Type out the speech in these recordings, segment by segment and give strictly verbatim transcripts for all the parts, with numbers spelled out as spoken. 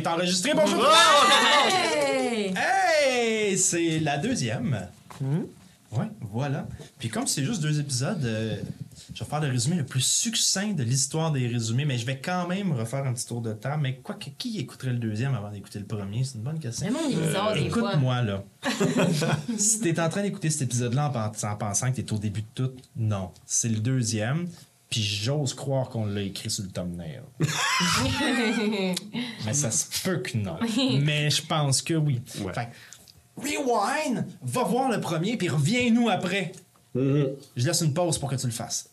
est enregistré. Bonjour! Oh, hey! Hey! C'est la deuxième. Mm-hmm. Ouais, voilà. Puis comme c'est juste deux épisodes, euh, je vais faire le résumé le plus succinct de l'histoire des résumés, mais je vais quand même refaire un petit tour de table. Mais quoi que qui écouterait le deuxième avant d'écouter le premier? C'est une bonne question. Mais moi, on est bizarre des fois. Écoute-moi, là. Si t'es en train d'écouter cet épisode-là en, en pensant que t'es au début de tout, non. C'est le deuxième. Puis j'ose croire qu'on l'a écrit sur le thumbnail. Mais ça se peut que non. Mais je pense que oui. Ouais. Fait rewind, va voir le premier, puis reviens-nous après. Mm-hmm. Je laisse une pause pour que tu le fasses.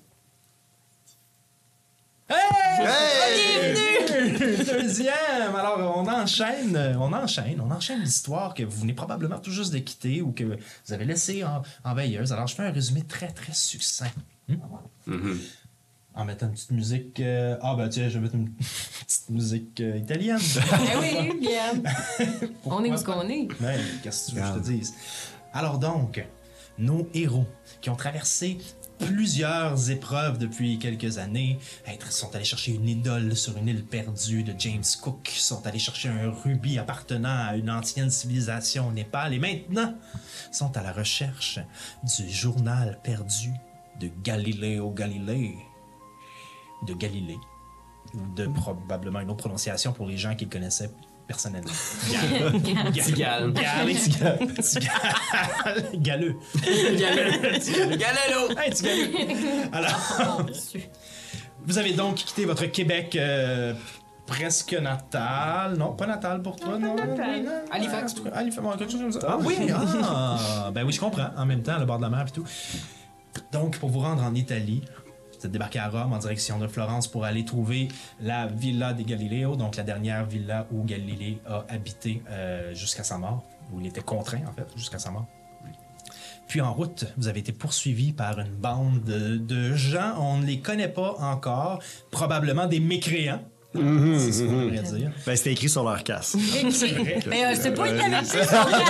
Hey! Hey! Deuxième! Alors, on enchaîne, on enchaîne, on enchaîne l'histoire que vous venez probablement tout juste de quitter ou que vous avez laissé en, en veilleuse. Alors, je fais un résumé très, très succinct. Hmm? Mm-hmm. En mettant une petite musique... Euh... Ah, ben tiens, je vais mettre une petite musique euh, italienne. Eh oui, bien. On est où ce qu'on est? Ouais, qu'est-ce que tu veux que je te dise? Alors donc, nos héros qui ont traversé plusieurs épreuves depuis quelques années, être, sont allés chercher une idole sur une île perdue de James Cook, sont allés chercher un rubis appartenant à une ancienne civilisation au Népal et maintenant sont à la recherche du journal perdu de Galileo Galilei. De Galilée, ou de probablement une autre prononciation pour les gens qui le connaissaient personnellement. Gal. Tigal. Gal. Tigal. Galeux. Galeux. Galelo. Hey, Tigaleux. Alors, vous avez donc quitté votre Québec euh, presque natal. Non, pas natal pour toi, non. natal. non. Halifax. Ah, Halifax, bon, quelque chose comme ça. Ah oui, ah, ben oui, je comprends. En même temps, le bord de la mer et tout. Donc, pour vous rendre en Italie, vous êtes débarqué à Rome en direction de Florence pour aller trouver la Villa de Galileo, donc la dernière villa où Galilée a habité euh, jusqu'à sa mort, où il était contraint en fait, jusqu'à sa mort. Puis en route, vous avez été poursuivi par une bande de, de gens, on ne les connaît pas encore, probablement des mécréants. Mm-hmm, C'est ce qu'on mm-hmm. devrait dire. Ben, c'était écrit sur leur casse. Mais euh, je sais pas, il avait écrit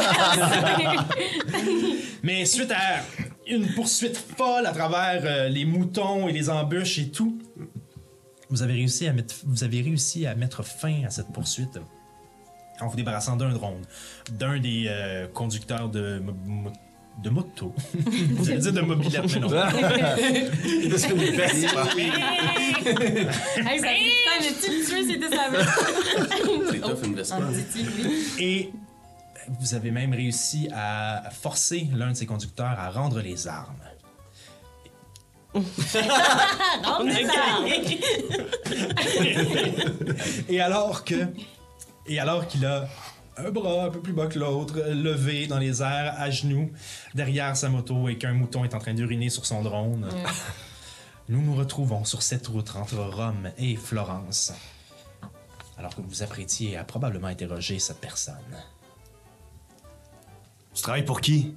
son Mais suite à une poursuite folle à travers euh, les moutons et les embûches et tout, vous avez réussi à mettre, vous avez réussi à mettre fin à cette poursuite en vous débarrassant d'un drone, d'un des euh, conducteurs de, mo- mo- de moto. Vous allez dire de mobilette, mais non. De ce que Hey, ça fait putain, le petit tueur, c'était sa mère. C'est tough, une Vespa. En titi, oui. Et vous avez même réussi à forcer l'un de ses conducteurs à rendre les armes. Rentre les armes. Et alors que, et alors qu'il a un bras un peu plus bas que l'autre, levé dans les airs, à genoux, derrière sa moto, et qu'un mouton est en train d'uriner sur son drone, Mm. nous nous retrouvons sur cette route entre Rome et Florence, alors que vous vous apprêtiez à probablement interroger cette personne. Tu travailles pour qui?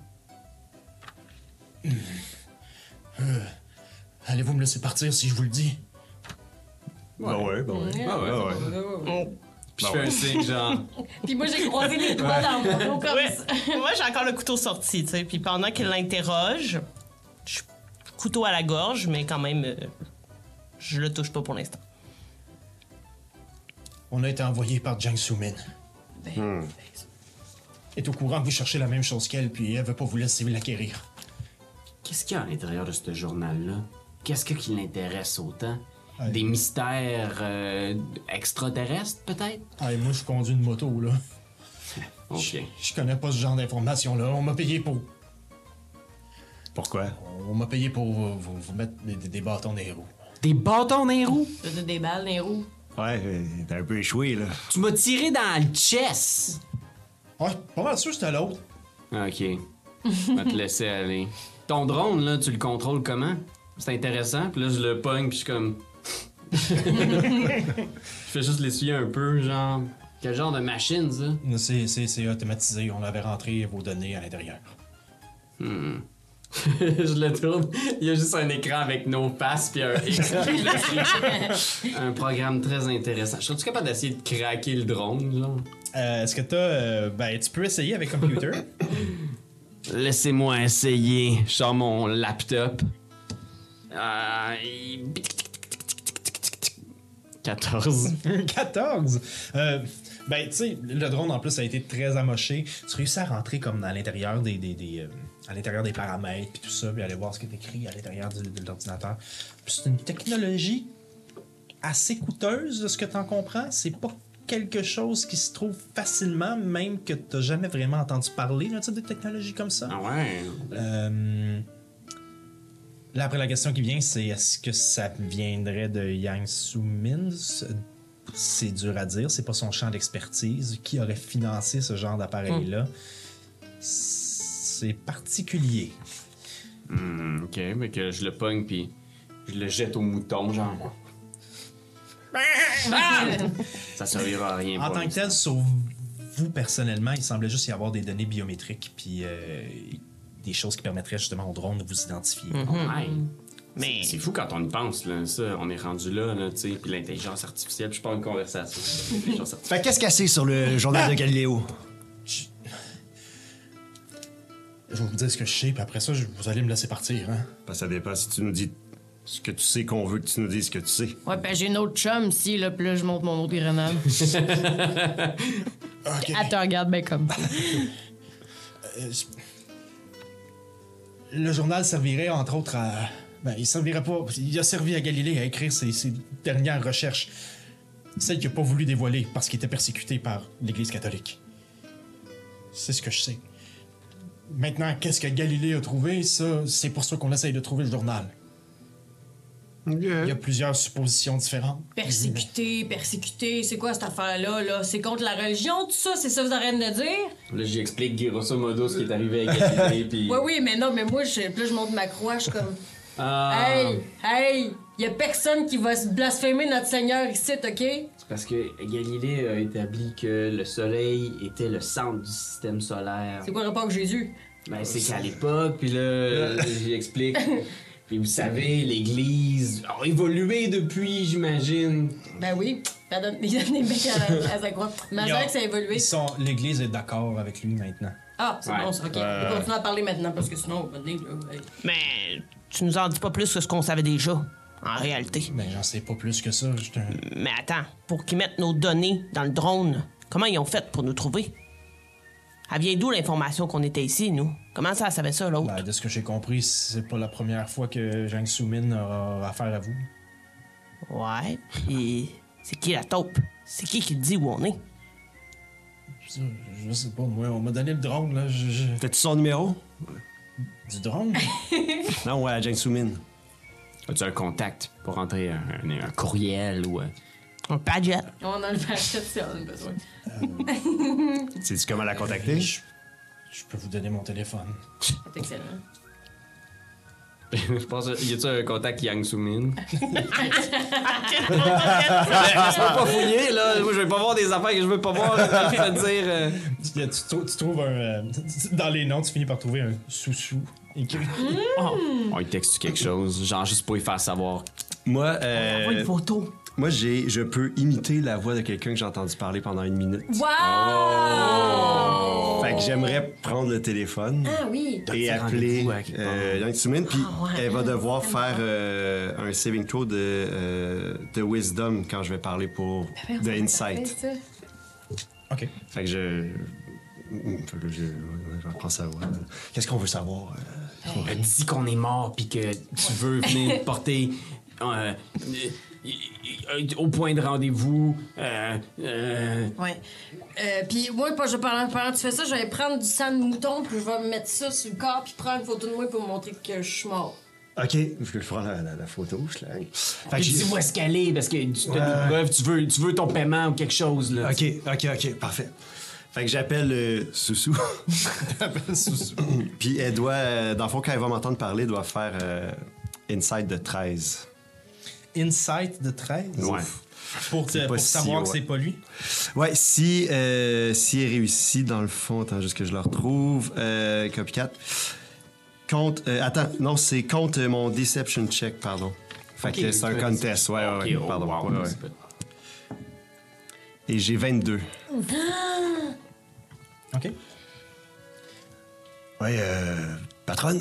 Euh, allez-vous me laisser partir si je vous le dis? Ben ouais, ben ouais. Ouais, Ben ouais, ouais. Puis je fais un signe, genre. Puis moi, j'ai croisé les doigts dans mon dos comme Ouais. ça. Moi, j'ai encore le couteau sorti, tu sais. Puis pendant qu'il l'interroge, je- couteau à la gorge, mais quand même, euh, je le touche pas pour l'instant. On a été envoyé par Jiang Sumin. Hmm. Elle est au courant que vous cherchez la même chose qu'elle, puis elle veut pas vous laisser l'acquérir. Qu'est-ce qu'il y a à l'intérieur de ce journal-là? Qu'est-ce que qui l'intéresse autant? Ouais. Des mystères euh, extraterrestres, peut-être? Ah, et moi, je conduis une moto, là. Ok. Je, je connais pas ce genre d'informations-là. On m'a payé pour... Pourquoi? On m'a payé pour vous, vous- vous mettre des, des- des bâtons dans les roues. Des bâtons dans les roues? T'as des balles dans les roues. Ouais, euh, t'as un peu échoué, là. Tu m'as tiré dans le chest! Ouais, pas mal sûr que c'était l'autre. Ok. Je vais te laisser aller. Ton drone, là, tu le contrôles comment? C'est intéressant. Puis là, je le pogne, puis je suis comme... Je fais juste l'essuyer un peu, genre... Quel genre de machine, ça? C'est, c'est, c'est automatisé. On avait rentré vos données à l'intérieur. Hmm. Je le tourne. Il y a juste un écran avec nos faces puis un X. Un programme très intéressant. Serais-tu capable d'essayer de craquer le drone, genre? Euh, est-ce que t'as... euh, ben, tu peux essayer avec computer. Laissez-moi essayer. Je sors mon laptop. Euh, quatorze. quatorze. Euh, Ben, tu sais, le drone, en plus, a été très amoché. Tu réussis à rentrer comme à l'intérieur des, des, des, euh, à l'intérieur des paramètres, puis tout ça, puis aller voir ce qui est écrit à l'intérieur du- de l'ordinateur. Puis c'est une technologie assez coûteuse, de ce que tu en comprends. C'est pas quelque chose qui se trouve facilement, même que tu jamais vraiment entendu parler d'un type de technologie comme ça. Ah ouais. Euh, Là, après, la question qui vient, c'est est-ce que ça viendrait de Yang Su-min? C'est dur à dire, c'est pas son champ d'expertise. Qui aurait financé ce genre d'appareil-là? C'est particulier. Hmm, ok, mais que je le pogne puis je le jette au mouton, genre. Ça servira à rien. En pour tant que tel, sauf vous personnellement, il semblait juste y avoir des données biométriques puis euh, des choses qui permettraient justement au drone de vous identifier. Ouais. Mais C'est fou quand on y pense, là. Ça, on est rendu là, là, tu sais. Puis l'intelligence artificielle, puis je parle une conversation. L'intelligence artificielle. Fait qu'est-ce qu'il y a c'est sur le journal de Galiléo? Je vais vous dire ce que je sais, puis après ça, je- vous allez me laisser partir. Hein? Parce que ça dépend si tu nous dis ce que tu sais qu'on veut que tu nous dises ce que tu sais. Ouais, ben j'ai une autre chum ici, là, puis là, je monte mon autre grenade. Ok. Elle te regarde bien comme ça. Euh, je- Le journal servirait entre autres à. Ben, il servirait pas. Il a servi à Galilée à écrire ses, ses dernières recherches. Celles qu'il n'a pas voulu dévoiler parce qu'il était persécuté par l'Église catholique. C'est ce que je sais. Maintenant, qu'est-ce que Galilée a trouvé, ça, c'est pour ça qu'on essaye de trouver le journal. Il y a plusieurs suppositions différentes. Persécuté, persécuté, c'est quoi cette affaire-là, là? C'est contre la religion, tout ça? C'est ça que vous arrêtez de dire? Là, j'explique grosso modo ce qui est arrivé avec Galilée, puis... Oui, oui, mais non, mais moi, je, puis là, je monte ma croix, je suis comme... Ah, Hey, hey, y a personne qui va se blasphémer notre Seigneur ici, OK? c'est parce que Galilée a établi que le Soleil était le centre du système solaire. C'est quoi le rapport avec Jésus? Ben, c'est qu'à l'époque, puis là, j'explique. Puis vous savez, l'Église a évolué depuis, j'imagine. Ben oui, ça donne il donne des becs à, la- à sa croix. Mais c'est Ils ont- vrai que ça a évolué. Ils sont- L'Église est d'accord avec lui maintenant. Ah, c'est Ouais. bon, ça, OK. On va continuer à parler maintenant, parce que sinon, on va venir, là. hey. Mais tu nous en dis pas plus que ce qu'on savait déjà, en réalité. Ben, j'en sais pas plus que ça. j'étais un- Mais attends, pour qu'ils mettent nos données dans le drone, comment ils ont fait pour nous trouver? Elle vient d'où l'information qu'on était ici, nous? Comment ça, elle savait ça, l'autre? Ben, de ce que j'ai compris, c'est pas la première fois que Jiang Su-min aura affaire à vous. Ouais, pis c'est qui la taupe? C'est qui qui te dit où on est? Ça, je sais pas, moi, on m'a donné le drone, là. je- je- T'as-tu son numéro? Du drone? Non, ouais, à Jiang Su-min. As-tu un contact pour rentrer un, un- un courriel ou... euh, Un padget. On a le paquet si on a besoin. Sais-tu comment la contacter? Je, je peux vous donner mon téléphone. C'est excellent. Je pense, y a-tu un contact Yang Su-min? Je Je peux pas fouiller, là. Moi, je vais pas voir des affaires que je veux pas voir. là. Je vais te dire... euh, Tu, tu trou- tu trouves un. euh, dans les noms, tu finis par trouver un sous-sous écrit. On lui texte quelque chose, genre juste pour lui faire savoir. Moi, Envoie euh, une photo. moi j'ai, je peux imiter la voix de quelqu'un que j'ai entendu parler pendant une minute. Wow! Fait que j'aimerais prendre le téléphone Ah oui! et Petit appeler rendez-vous à quelque part. euh, Yang Su-min, puis Ah ouais. elle va devoir faire euh, un saving throw de, euh, de wisdom quand je vais parler pour de insight. Ok. Fait que je. Fait que je, je reprends sa voix. Qu'est-ce qu'on veut savoir? euh? Elle dit qu'on est mort puis que tu veux venir porter euh, euh, au point de rendez-vous. Euh, euh, Ouais. Euh, puis moi, pas- je, pendant, pendant que tu fais ça, je vais prendre du sang de mouton, puis je vais me mettre ça sur le corps, puis prendre une photo de moi pour me montrer que je suis mort. Ok, je prends la, la, la photo. Je la... Fait que dis j'ai- où est-ce qu'elle est parce que tu as Ouais. des preuves, tu veux, tu veux ton paiement ou quelque chose. Là. Ok, ok, ok, parfait. Fait que j'appelle euh, Soussou. Puis elle doit, euh, dans le fond, quand elle va m'entendre parler, elle doit faire euh, Inside de treize. Insight de treize? Ouais. Pour, te- C'est pas pour si, savoir que ouais. c'est pas lui? Ouais, si, euh, si elle réussit, dans le fond, attends juste que je le retrouve. Euh, copycat. Compte. euh, attends, non, c'est contre mon deception check, pardon. Fait Ok, que c'est un tu- contest, ouais, ouais, ouais, Ok, oh, pardon. wow, ouais, ouais. c'est pas- Et j'ai vingt-deux. Ok. Ouais, euh, patronne?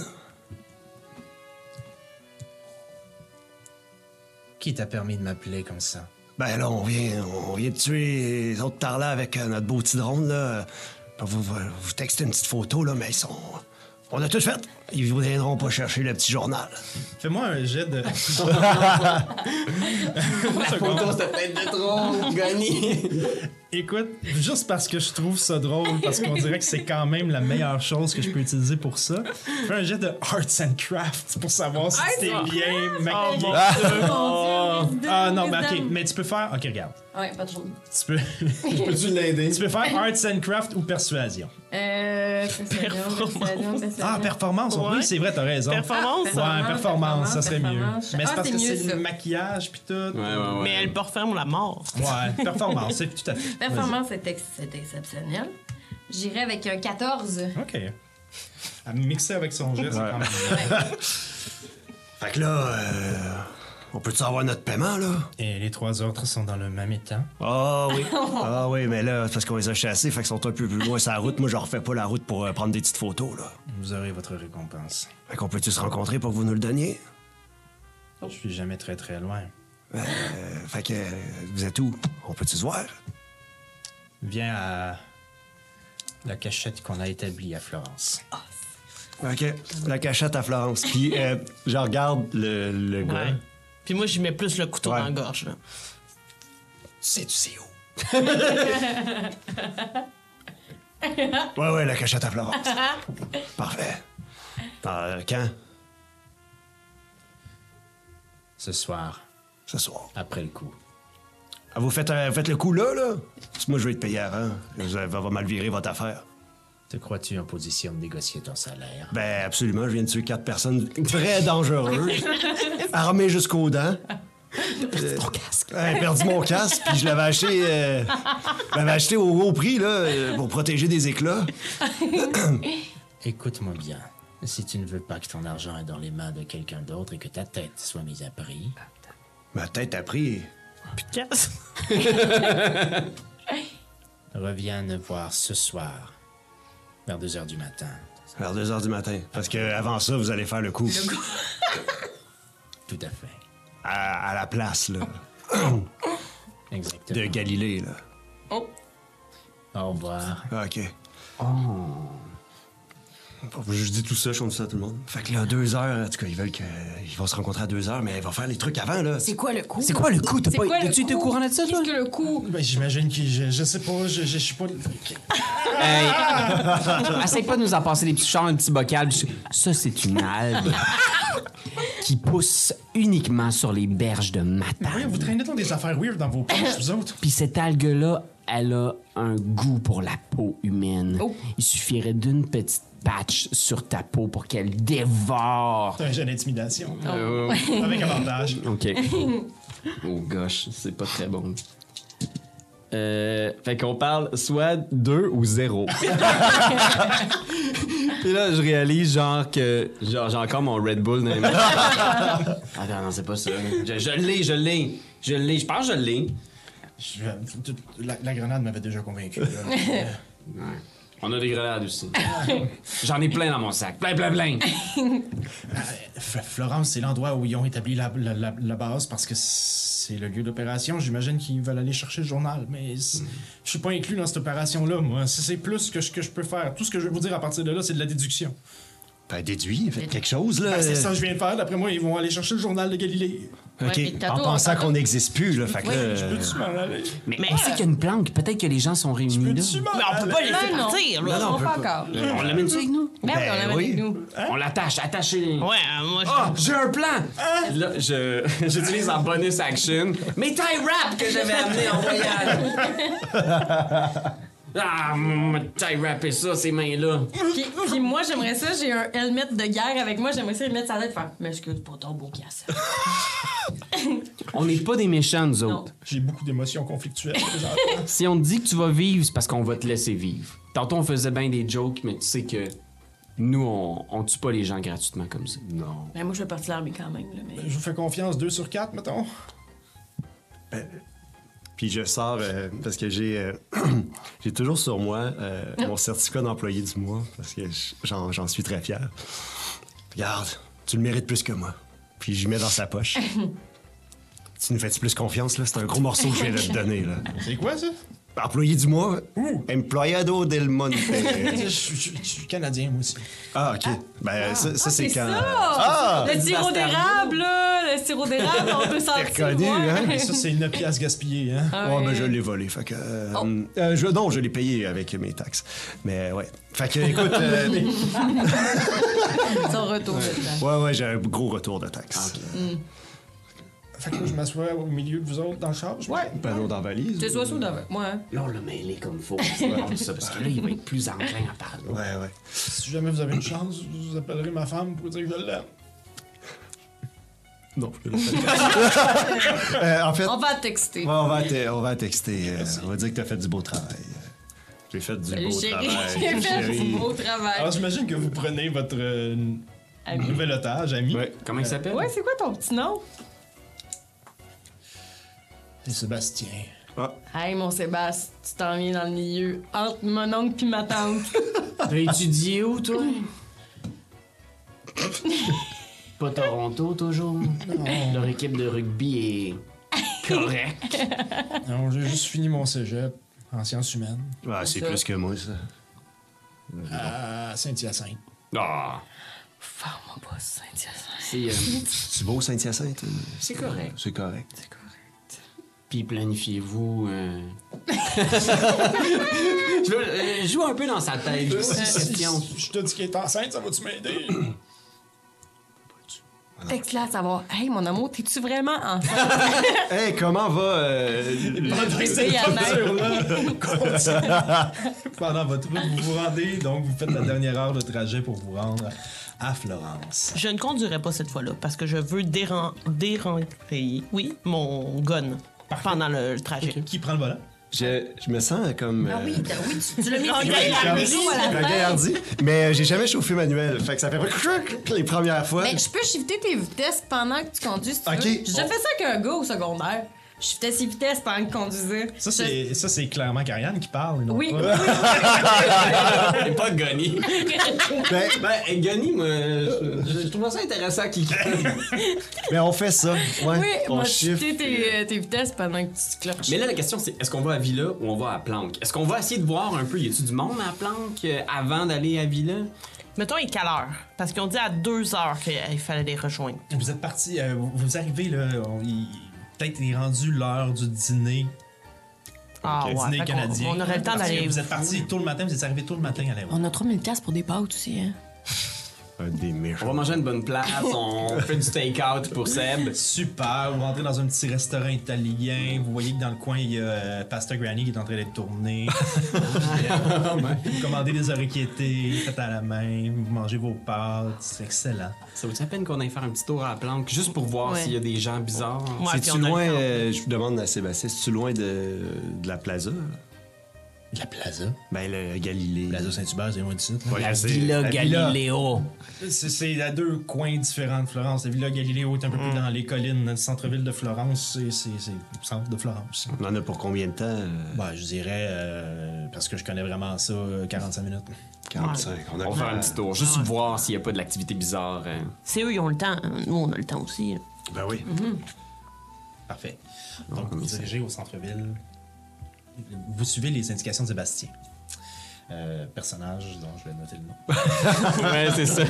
Qui t'a permis de m'appeler comme ça? Ben là, on vient, on vient de tuer les autres tarlats avec euh, notre beau petit drone, là. Vous, vous, vous textez une petite photo, là, mais ils sont... On a tout fait. Ils ne viendront pas chercher le petit journal. Fais-moi un jet de... La photo, c'était peut-être de trop gagné. Écoute, juste parce que je trouve ça drôle, parce qu'on dirait que c'est quand même la meilleure chose que je peux utiliser pour ça, fais un jet de Arts and Crafts pour savoir si t'es bien maquillé. Mon Dieu, Ah non, mais wisdom. ok, mais tu peux faire... Ok, regarde. Ouais, pas de chose. Tu peux... Peux-tu l'aider? tu peux faire Arts and Crafts ou Persuasion. Euh. Persuasion, persuasion, persuasion. Ah, performance, Ouais. oui, c'est vrai, t'as raison. Performance? Ah, Ouais, performance, ça serait mieux. performance. Mais c'est Ah, parce c'est que mieux, c'est ça. le maquillage pis tout. Ouais, ouais, ouais. Mais elle performe la mort. Ouais, performance, c'est tout à fait. Performance, c'est ex- c'est exceptionnel. J'irai avec un quatorze. Vas-y. Ok. À mixer avec son jet, c'est Ouais. quand même. Fait que là, euh, on peut-tu avoir notre paiement, là? Et les trois autres sont dans le même état. Ah oui. Ah oui, mais là, c'est parce qu'on les a chassés, fait qu'ils sont un peu plus loin sur la route. Moi, je refais pas la route pour euh, prendre des petites photos, là. Vous aurez votre récompense. Fait qu'on peut-tu se rencontrer pour que vous nous le donniez? Je suis jamais très très loin. Euh, fait que, euh, vous êtes où? On peut-tu se voir? Viens à la cachette qu'on a établie à Florence. OK. La cachette à Florence. Puis, euh, je regarde le, le gars. Ouais. Puis moi, j'y mets plus le couteau Ouais. dans la gorge. Là. Sais-tu c'est où? ouais, ouais, la cachette à Florence. Parfait. Euh, quand? Ce soir, Ce soir. après le coup. Ah, vous faites, euh, faites le coup là, là? Parce que moi, je vais être payé avant. Vous avez va mal virer votre affaire. Te crois-tu en position de négocier ton salaire? Ben, absolument. Je viens de tuer quatre personnes très dangereuses, armées jusqu'aux dents. Perdu ton casque. J'ai perdu mon casque, puis je l'avais acheté, euh, je l'avais acheté au haut prix, là, euh, pour protéger des éclats. Écoute-moi bien. Si tu ne veux pas que ton argent est dans les mains de quelqu'un d'autre et que ta tête soit mise à prix, Ma tête a pris. Plus de casse. reviens me voir ce soir, vers deux heures du matin. Vers deux heures du matin. Parce que avant ça, vous allez faire le coup. Tout à fait. À, à la place, là, Exactement. de Galilée, là. Au revoir. Ah, OK. Je dis tout ça, je compte ça à tout le monde. Fait que là, deux heures, en tout cas, ils veulent qu'ils vont se rencontrer à deux heures, mais ils vont faire les trucs avant, là. C'est quoi le coup? C'est quoi le coup? T'as C'est pas... quoi le As-tu été au coup? courant de ça, toi? Qu'est-ce que le coup? Ben, j'imagine que je, je sais pas, je, je, je suis pas. Hey. Essaye pas de nous en passer des petits chars, un petit bocal. puis Ça, c'est une algue qui pousse uniquement sur les berges de Voyons, Matane. vous traînez donc des affaires weird dans vos poches, vous autres. Puis cette algue-là, elle a un goût pour la peau humaine. Oh. Il suffirait d'une petite patch sur ta peau pour qu'elle dévore. C'est un jeu d'intimidation. Euh, Avec avantage. OK. Oh gosh, c'est pas très bon. Euh, fait qu'on parle soit deux ou zéro. Puis là, je réalise genre que genre j'ai encore mon Red Bull dans les mains. Ah non, non, c'est pas ça. Je, je l'ai, je l'ai. Je l'ai, je pense que je l'ai. Je- la, la grenade m'avait déjà convaincu. là. Ouais. On a des grenades aussi. J'en ai plein dans mon sac. Plein, plein, plein. F- Florence, c'est l'endroit où ils ont établi la, la- la- la base parce que c'est le lieu d'opération. J'imagine qu'ils veulent aller chercher le journal, mais c'est- je suis pas inclus dans cette opération-là, moi. C'est c'est plus que, je- que je peux faire. Tout ce que je vais vous dire à partir de là, c'est de la déduction. Ben, déduit, faites quelque chose, là. Ben, c'est ça que je viens de faire. D'après moi, ils vont aller chercher le journal de Galilée. OK. Ouais, puis En tantôt, pensant on- qu'on n'existe plus, là. Fait que là. Je peux-tu m'en aller? Mais, on sait qu'il y a une planque. Peut-être que les gens sont réunis là. Peux-tu m'en Mais on peut pas aller? laisser Ben non. partir, là. Non, non, on On peut pas pas. encore. On l'amène ça avec nous? Ben, oui, on Ben l'a oui. avec nous. On l'attache, attachez-les. Ouais, euh, moi, je... Ah, j'ai un plan! Là, je, j'utilise en bonus action mes tie wraps que j'avais amenés en voyage. Ah, me tie wrapper ça, ces mains-là. Puis, puis moi, j'aimerais ça, j'ai un helmet de guerre avec moi, j'aimerais ça le mettre sa tête et faire m'excuse pour ton beau casse. On n'est pas des méchants, nous autres. J'ai beaucoup d'émotions conflictuelles. genre. Si on te dit que tu vas vivre, c'est parce qu'on va te laisser vivre. Tantôt, on faisait bien des jokes, mais tu sais que nous, on, on tue pas les gens gratuitement comme ça. Non. Ben, moi, je fais partie de l'armée quand même, là, mais... Je vous fais confiance, deux sur quatre, mettons. Puis je sors euh, parce que j'ai euh, j'ai toujours sur moi euh, mon certificat d'employé du mois parce que je- j'en j'en suis très fier. Regarde, tu le mérites plus que moi. Puis je mets dans sa poche. Tu nous fais-tu plus confiance, là? C'est un gros morceau que je viens de te donner, là. C'est quoi ça? Employé du mois, Employado del Monte. je, je- je- je suis canadien, moi aussi. Ah, OK. Ben, ça, ça, c'est C'est quand... ça! Ah! Le sirop d'érable, là! Le sirop d'érable, on peut sentir. reconnu, ouais. hein? Et ça, c'est une pièce gaspillée, hein? Ah Ouais, ouais. ben, je l'ai volé, fait que... euh, Oh. euh, je, non, je l'ai payé avec mes taxes. Mais, ouais. Fait que, écoute... euh, Son retour de temps. ouais, ouais, j'ai un gros retour de taxes. Fait que là, je m'assois au milieu de vous autres dans le char. je- Ouais. Panneau dans la valise. Tu sois sous d'avant. Moi, hein. Là, on l'a mêlé comme faut. C'est ça, parce que là, il va être plus enclin à parler. Ouais, ouais. Si jamais vous avez une chance, je vous appellerai ma femme pour dire que je l'aime. Non, je peux euh, En fait, On va texter. ouais, on, va te- on va texter. euh, on va dire que t'as fait du beau travail. J'ai fait du Salut, beau chérie. travail. J'ai fait chérie. du beau travail. Alors, j'imagine que vous prenez votre euh, Ami. nouvel otage, ami. Ouais. Comment il s'appelle? Ouais, c'est quoi ton petit nom? C'est Sébastien. Hey, mon Sébastien, tu t'en viens dans le milieu entre mon oncle pis ma tante. T'as étudié où, toi? Pas Toronto, toujours. Leur équipe de rugby est correcte. Non, j'ai juste fini mon cégep en sciences humaines Ah, c'est Ça. plus que moi, ça. à Saint-Hyacinthe. Ah, Fais-moi pas Saint-Hyacinthe. c'est, euh, C'est beau, Saint-Hyacinthe? euh? c'est correct. C'est correct. C'est correct. Puis planifiez-vous. Euh... je veux euh, joue un peu dans sa tête. Je pose des questions. Je te dis qu'elle est enceinte, ça va-tu m'aider? Texte-là à savoir, hey, mon amour, t'es-tu vraiment enceinte? Hey, comment va... euh, Bébé à mère. Pendant votre route, vous vous rendez, donc vous faites la dernière heure de trajet pour vous rendre à Florence. Je ne conduirai pas cette fois-là parce que je veux déran... déranger, oui, mon gun pendant le, le trajet. Qui prend le volant? je, je me sens comme... Ah euh, oui, t'as- oui, tu, tu l'as mis Un sur gaillardi. le dos à la un fin. gaillardi, mais euh, j'ai jamais chauffé manuel. Fait que ça fait pas cruc les premières fois. Mais je peux shifter tes vitesses pendant que tu conduis, si tu Ok. veux. J'ai déjà fait ça avec un gars au secondaire. Je shiftais ses vitesses pendant qu'il conduisait. Ça, c'est, ça, c'est clairement Karianne qui parle. et non Oui, pas- Et pas Gunny. Ben, Ben, Gunny, moi, je, je trouve ça intéressant qu'il. mais on fait ça. Ouais, oui, on moi, shift. shifter tes, tes vitesses pendant que tu cloches. Mais là, la question, c'est est-ce qu'on va à Villa ou on va à Planck? Est-ce qu'on va essayer de voir un peu, y a-tu du monde à Planck euh, avant d'aller à Villa? Mettons, il est quelle heure? Parce qu'ils ont dit à deux heures qu'il fallait les rejoindre. Vous êtes parti, euh, vous, vous arrivez là, on- il- peut-être il est rendu l'heure du dîner, Ah le ouais, dîner fait qu'on- canadien. on aurait le temps Parce que d'aller... Vous êtes parti tôt le matin, vous êtes arrivé tôt le matin à l'aéroport. On a trois mille piastres pour des pâtes aussi, hein? Un des On méchants. va manger à une bonne place, on fait du take-out pour Seb. Super, vous rentrez dans un petit restaurant italien, vous voyez que dans le coin il y a euh, Pasta Granny qui est en train d'être tournée. Vous commandez des orecchietti, faites à la main, vous mangez vos pâtes, c'est excellent. Ça vaut-tu la peine qu'on aille faire un petit tour à la Planck juste pour voir Ouais. s'il y a des gens bizarres? Ouais, puis C'est-tu on a le loin, temps. euh, je vous demande à Sébastien, c'est-tu loin de, de la plaza? La Plaza. Ben, le Galilée. Plaza Saint-Hubert, c'est loin d'ici. Ouais, La c'est- Villa la Galiléo. C'est, c'est à deux coins différents de Florence. La Villa Galileo est un peu plus dans les collines. Le centre-ville de Florence, c'est, c'est, c'est le centre de Florence. On en a pour combien de temps? euh, Ben, je dirais, euh, parce que je connais vraiment ça, euh, quarante-cinq minutes. quarante-cinq. On a On va faire un petit tour, juste voir s'il n'y a pas de l'activité bizarre. euh. C'est eux, ils ont le temps. Nous, on a le temps aussi. Ben oui. Parfait. Donc, vous vous dirigez au centre-ville. Vous suivez les indications de Sébastien. Euh, personnage dont je vais noter le nom. Ouais, c'est ça.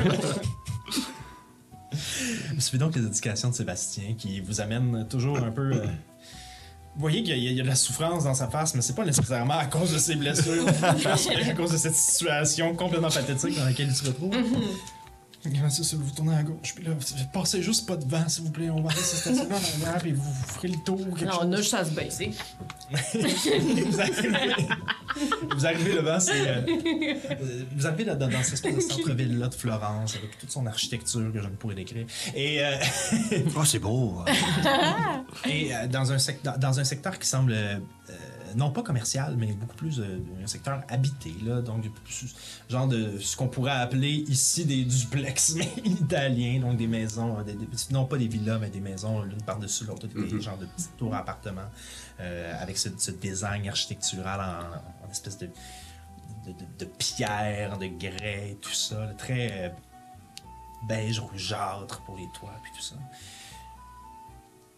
Vous suivez donc les indications de Sébastien qui vous amènent toujours un peu. euh, Vous voyez qu'il y, a, il y a de la souffrance dans sa face, mais c'est pas nécessairement à cause de ses blessures. C'est à cause de cette situation complètement pathétique dans laquelle il se retrouve. Comment ça, ça, vous tournez à gauche, puis là, passez juste pas devant, s'il vous plaît. On va aller se stationner en arrière, puis vous, vous ferez le tour ou quelque Non, chose. on a juste à se baisser. vous, arrivez, vous arrivez devant, c'est. euh, euh, vous arrivez là, dans, dans cette espèce de centre-ville-là de Florence, avec toute son architecture que je ne pourrais décrire. Et. Euh, Oh, c'est beau. Et euh, dans, un secteur, dans un secteur qui semble, euh, non pas commercial, mais beaucoup plus euh, un secteur habité, là, donc plus- genre de ce qu'on pourrait appeler ici des duplex, mais italiens, donc des maisons, euh, des- des- non pas des villas, mais des maisons l'une par-dessus l'autre, des Mhm. genres de petits tours à appartements, euh, avec ce, ce design architectural en, en espèce de, de, de, de pierre, de grès, tout ça, là, très euh, beige rougeâtre pour les toits, puis tout ça.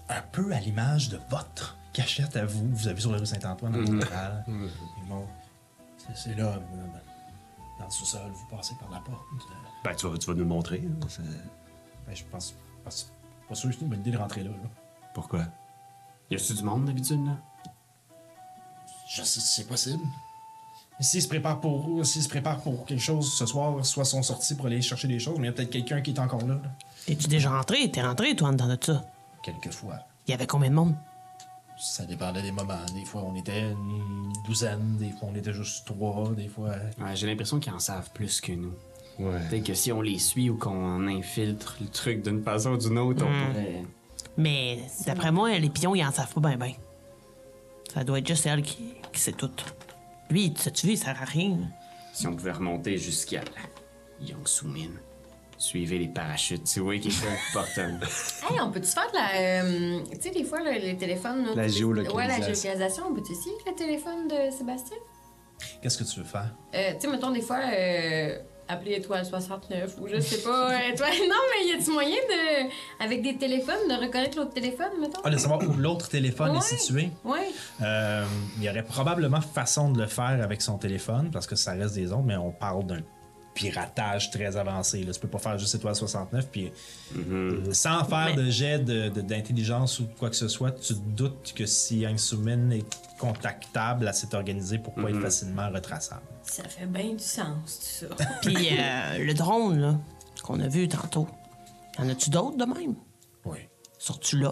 un peu à l'image de votre cachette à vous. Vous avez sur la rue Saint-Antoine, à Montréal. Mhm. Ils vont- c'est- C'est là, euh, dans le sous-sol, vous passez par la porte. Euh, Ben, tu vas, tu vas nous le montrer. hein, c'est- Ben, je pense, pense pas sûr que c'est une bonne idée de rentrer là. là. Pourquoi? Y a-tu du monde d'habitude, là? Je sais, c'est possible. S'ils se préparent pour, s'ils se préparent pour quelque chose ce soir, soit sont sortis pour aller chercher des choses, mais il y a peut-être quelqu'un qui est encore là. là. Es-tu déjà rentré? T'es rentré, toi, dans de ça? Quelquefois. Il y avait combien de monde? Ça dépendait des moments. Des fois, on était une douzaine, des fois, on était juste trois, des fois. Ouais, j'ai l'impression qu'ils en savent plus que nous. Ouais. Peut-être que si on les suit ou qu'on infiltre le truc d'une façon ou d'une autre, on pourrait... Mais d'après moi, les pions, ils en savent pas bien, bien. Ça doit être juste elle qui, qui sait tout. Lui, tu sais-tu vu, il sert à rien. Si on pouvait remonter jusqu'à Young Sumin, suivez les parachutes. Si vous voyez quelqu'un qui porte un... Hey, on peut-tu faire de la. euh, tu sais, des fois, là, les téléphones. là, La tu sais, géolocalisation. Ouais, la géolocalisation. On peut-tu essayer avec le téléphone de Sébastien? Qu'est-ce que tu veux faire? Euh, tu sais, mettons, des fois, euh, appeler étoile soixante-neuf ou je sais pas, euh, étoile. Non, mais y a-tu moyen de. Avec des téléphones, de reconnaître l'autre téléphone, mettons? Ah, de savoir où l'autre téléphone Ouais. est situé. Ouais. Euh, il y aurait probablement façon de le faire avec son téléphone, parce que ça reste des ondes, mais on parle d'un piratage très avancé. Là. Tu peux pas faire juste étoile soixante-neuf, puis euh, sans faire Mais- de jet de- de- d'intelligence ou quoi que ce soit, tu te doutes que si Yang Sumin est contactable, elle s'est organisée pour pas être facilement retraçable. Ça fait bien du sens, tout ça. Puis euh, le drone, là, qu'on a vu tantôt, y en a-tu d'autres de même? Oui. Sors-tu là?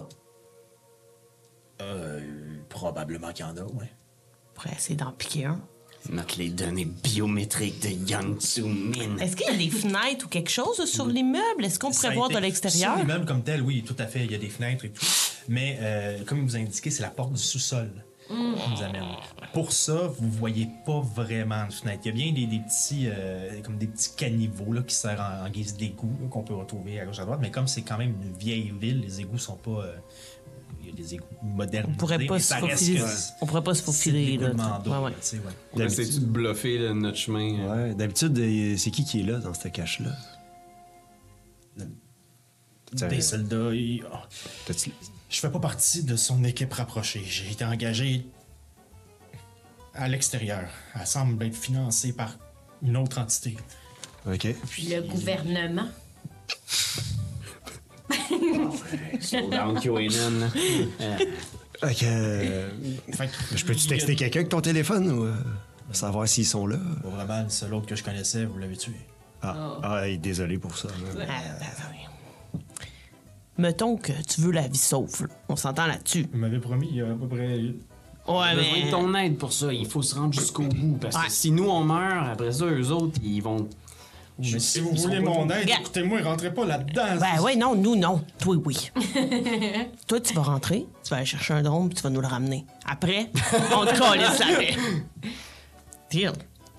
Euh, probablement qu'il y en a, oui. Pour essayer d'en piquer un. Note les données biométriques de Young Sumin. Est-ce qu'il y a des fenêtres ou quelque chose sur l'immeuble? Est-ce qu'on Ça pourrait a voir été- de l'extérieur? Sur l'immeuble comme tel, oui, tout à fait. Il y a des fenêtres et tout. Mais euh, comme vous indiquez, c'est la porte du sous-sol qui nous amène. Pour ça, vous voyez pas vraiment de fenêtre. Il y a bien des, des petits, euh, comme des petits caniveaux là, qui servent en, en guise d'égout là, qu'on peut retrouver à gauche à droite. Mais comme c'est quand même une vieille ville, les égouts sont pas. euh, il y a des égouts modernes. On pourrait pas se faufiler. On pourrait pas se faufiler, là. Ouais, ouais. On essaie-tu de bluffer là, notre chemin? euh? Ouais, d'habitude, euh, c'est qui qui est là dans cette cache-là? Des soldats. ils- oh, T'as-tu- je fais pas partie de son équipe rapprochée. J'ai été engagé à l'extérieur. Elle semble être financée par une autre entité. OK. Puis le gouvernement. Slow down, QAnon. là. Euh, OK. euh, Fait que- je peux-tu texter quelqu'un avec ton téléphone ou euh, savoir s'ils sont là? Pas vraiment, le seul autre que je connaissais, vous l'avez tué. Ah, ah, désolé pour ça. là. Ah, ben, oui. Mettons que tu veux la vie sauve. là. On s'entend là-dessus. Vous m'avez promis il y a à peu près. Ouais, On a besoin mais. de ton aide pour ça. Il faut se rendre jusqu'au bout. Parce Ouais. que si nous, on meurt, après ça, eux autres, ils vont... Mais si vous Ils voulez sont pas- mon aide, Regarde. écoutez-moi, rentrez pas là-dedans. Ben ouais, non, nous, non. Toi, oui. Toi, tu vas rentrer, tu vas aller chercher un drone, puis tu vas nous le ramener. Après, on te calisse la paix. Deal.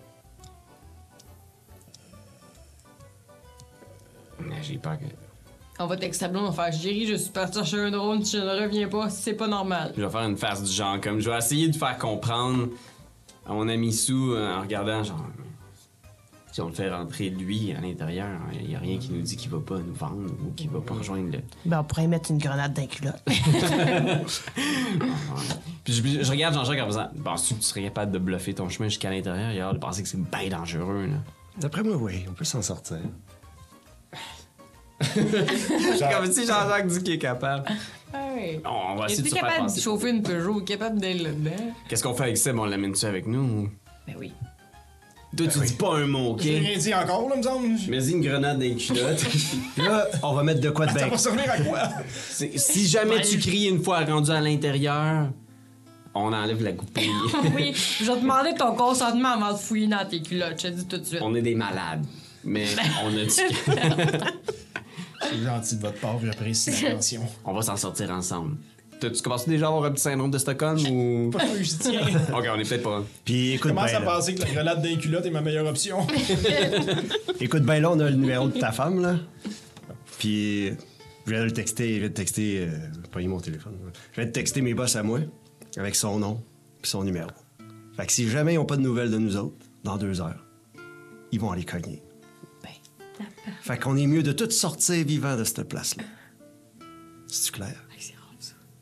Mais J'ai peur que... On va texter tableau, on va faire Jerry, je suis parti chercher un drone, si je ne reviens pas, c'est pas normal. Je vais faire une face du genre comme... Je vais essayer de faire comprendre à mon ami Sou euh, en regardant genre... Si on le fait rentrer lui à l'intérieur, il n'y a rien qui nous dit qu'il va pas nous vendre ou qu'il va pas rejoindre le... Ben, on pourrait mettre une grenade dans les culottes. Puis je, je regarde Jean-Jacques en faisant... Penses-tu que tu serais capable de bluffer ton chemin jusqu'à l'intérieur? Il a l'air de penser que c'est bien dangereux, là. D'après moi, oui, on peut s'en sortir. Comme si Jean-Jacques dit qu'il est capable. Ouais. On va essayer de Es-tu se faire capable de penser. chauffer une Peugeot, capable d'aller là-dedans? Qu'est-ce qu'on fait avec Seb? On l'amène-tu avec nous? ou- Ben oui. Toi, tu dis pas un mot, OK? J'ai rien dit encore, là, me semble. Mets-y une grenade dans les culottes. Là, on va mettre de quoi de Ça bien. va servir à quoi? C'est- si jamais tu cries une fois rendu à l'intérieur, on enlève la goupille. Oui, je vais te demander ton consentement avant de fouiller dans tes culottes, je te dis tout de suite. On est des malades. Mais on a dit C'est gentil de votre part, j'apprécie l'attention. on va s'en sortir ensemble. T'as- Tu commences déjà à avoir un petit syndrome de Stockholm ou... Pas que je tiens. Ok, on est peut-être pas... Puis écoute Commence bien, à là. penser que la grenade d'un culotte est ma meilleure option. Écoute bien, là, on a le numéro de ta femme, là. Puis je viens de le texter, je viens de texter... Euh, pas mon téléphone. là. Je viens de texter mes boss à moi, avec son nom puis son numéro. Fait que si jamais ils n'ont pas de nouvelles de nous autres, dans deux heures, ils vont aller cogner. Fait qu'on est mieux de tous sortir vivants de cette place-là. C'est-tu clair?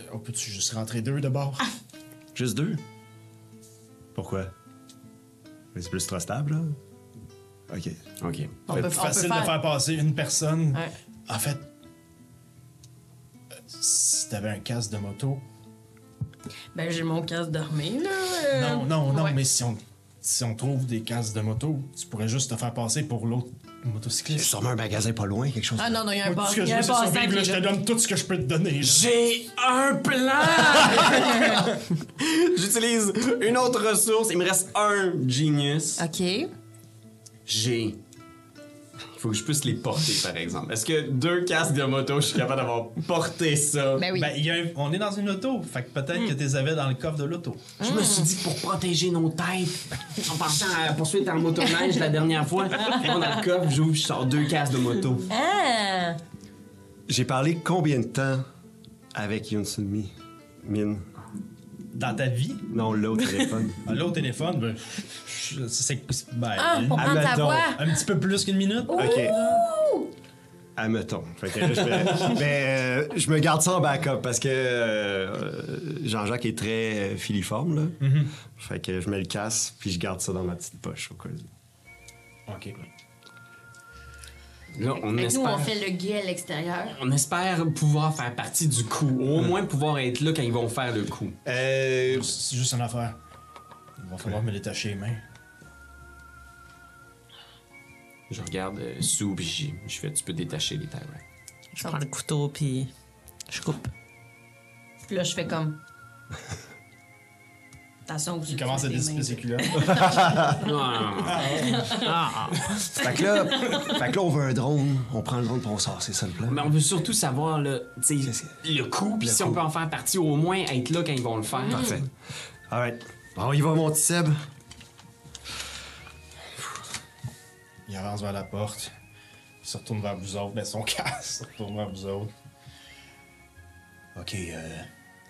On peut-tu juste rentrer deux de bord? Juste deux? Pourquoi? Mais c'est plus trop stable, là? OK. OK. On C'est peut, on peut facile faire... de faire passer une personne. Ouais. En fait, euh, si t'avais un casque de moto... Ben, j'ai mon casque d'armée, là. euh, Non, non, non, ouais. mais si on, si on trouve des casques de moto, tu pourrais juste te faire passer pour l'autre Il y a motocycliste. sûrement un magasin pas loin, quelque chose. Ah non, non, il y a un Moi, pas. tout ce que Il y je a un veux, c'est passant survivre, là, qui je te est- donne tout ce que je peux te donner. là. J'ai un plan! J'utilise une autre ressource. Il me reste un genius. OK. J'ai. Il faut que je puisse les porter, par exemple. Est-ce que deux casques de moto, je suis capable d'avoir porté ça? Ben oui. Ben, il y a un- on est dans une auto, fait que peut-être que tu les avais dans le coffre de l'auto. Je me suis dit pour protéger nos têtes, en pensant à poursuite en motoneige la dernière fois, on dans le coffre, j'ouvre, je sors deux casques de moto. Ah! J'ai parlé combien de temps avec Yunsumi? Mine. Dans ta vie, Non, là, au téléphone. ah, là au téléphone, ben, je- c'est c'est- ben, Ah, pour prendre ta admettons. voix. un petit peu plus qu'une minute. OK. Admettons. Fait que là, je, me, mais, euh, je me garde ça en backup parce que euh, Jean-Jacques est très euh, filiforme, là. Mm-hmm. Fait que je mets le casque puis je garde ça dans ma petite poche au cas où. OK. Là, on Fait que nous, on espère, fait le guet à l'extérieur. on espère pouvoir faire partie du coup, ou au moins pouvoir être là quand ils vont faire le coup. Euh, C'est juste une affaire. Il va falloir me détacher les mains. Je regarde euh, sous, puis j'y- je fais, tu peux détacher les tailles. Je prends le couteau, puis je coupe. Puis là, je fais comme. Attention, vous Il commence à utilisez dissiper les ses mains. culottes. Non, non, non, non. Ah! fait que là, fait que là, on veut un drone. On prend le drone puis on sort, c'est ça le plan. Mais on veut surtout savoir là, tu sais, Qu'est-ce que- le coup, puis Le si coup. on peut en faire partie, au moins être là quand ils vont le faire. Parfait. All right. On y va, mon petit Seb. Il avance vers la porte. Il se retourne vers vous autres. Ben, son casque se retourne vers vous autres. OK, euh...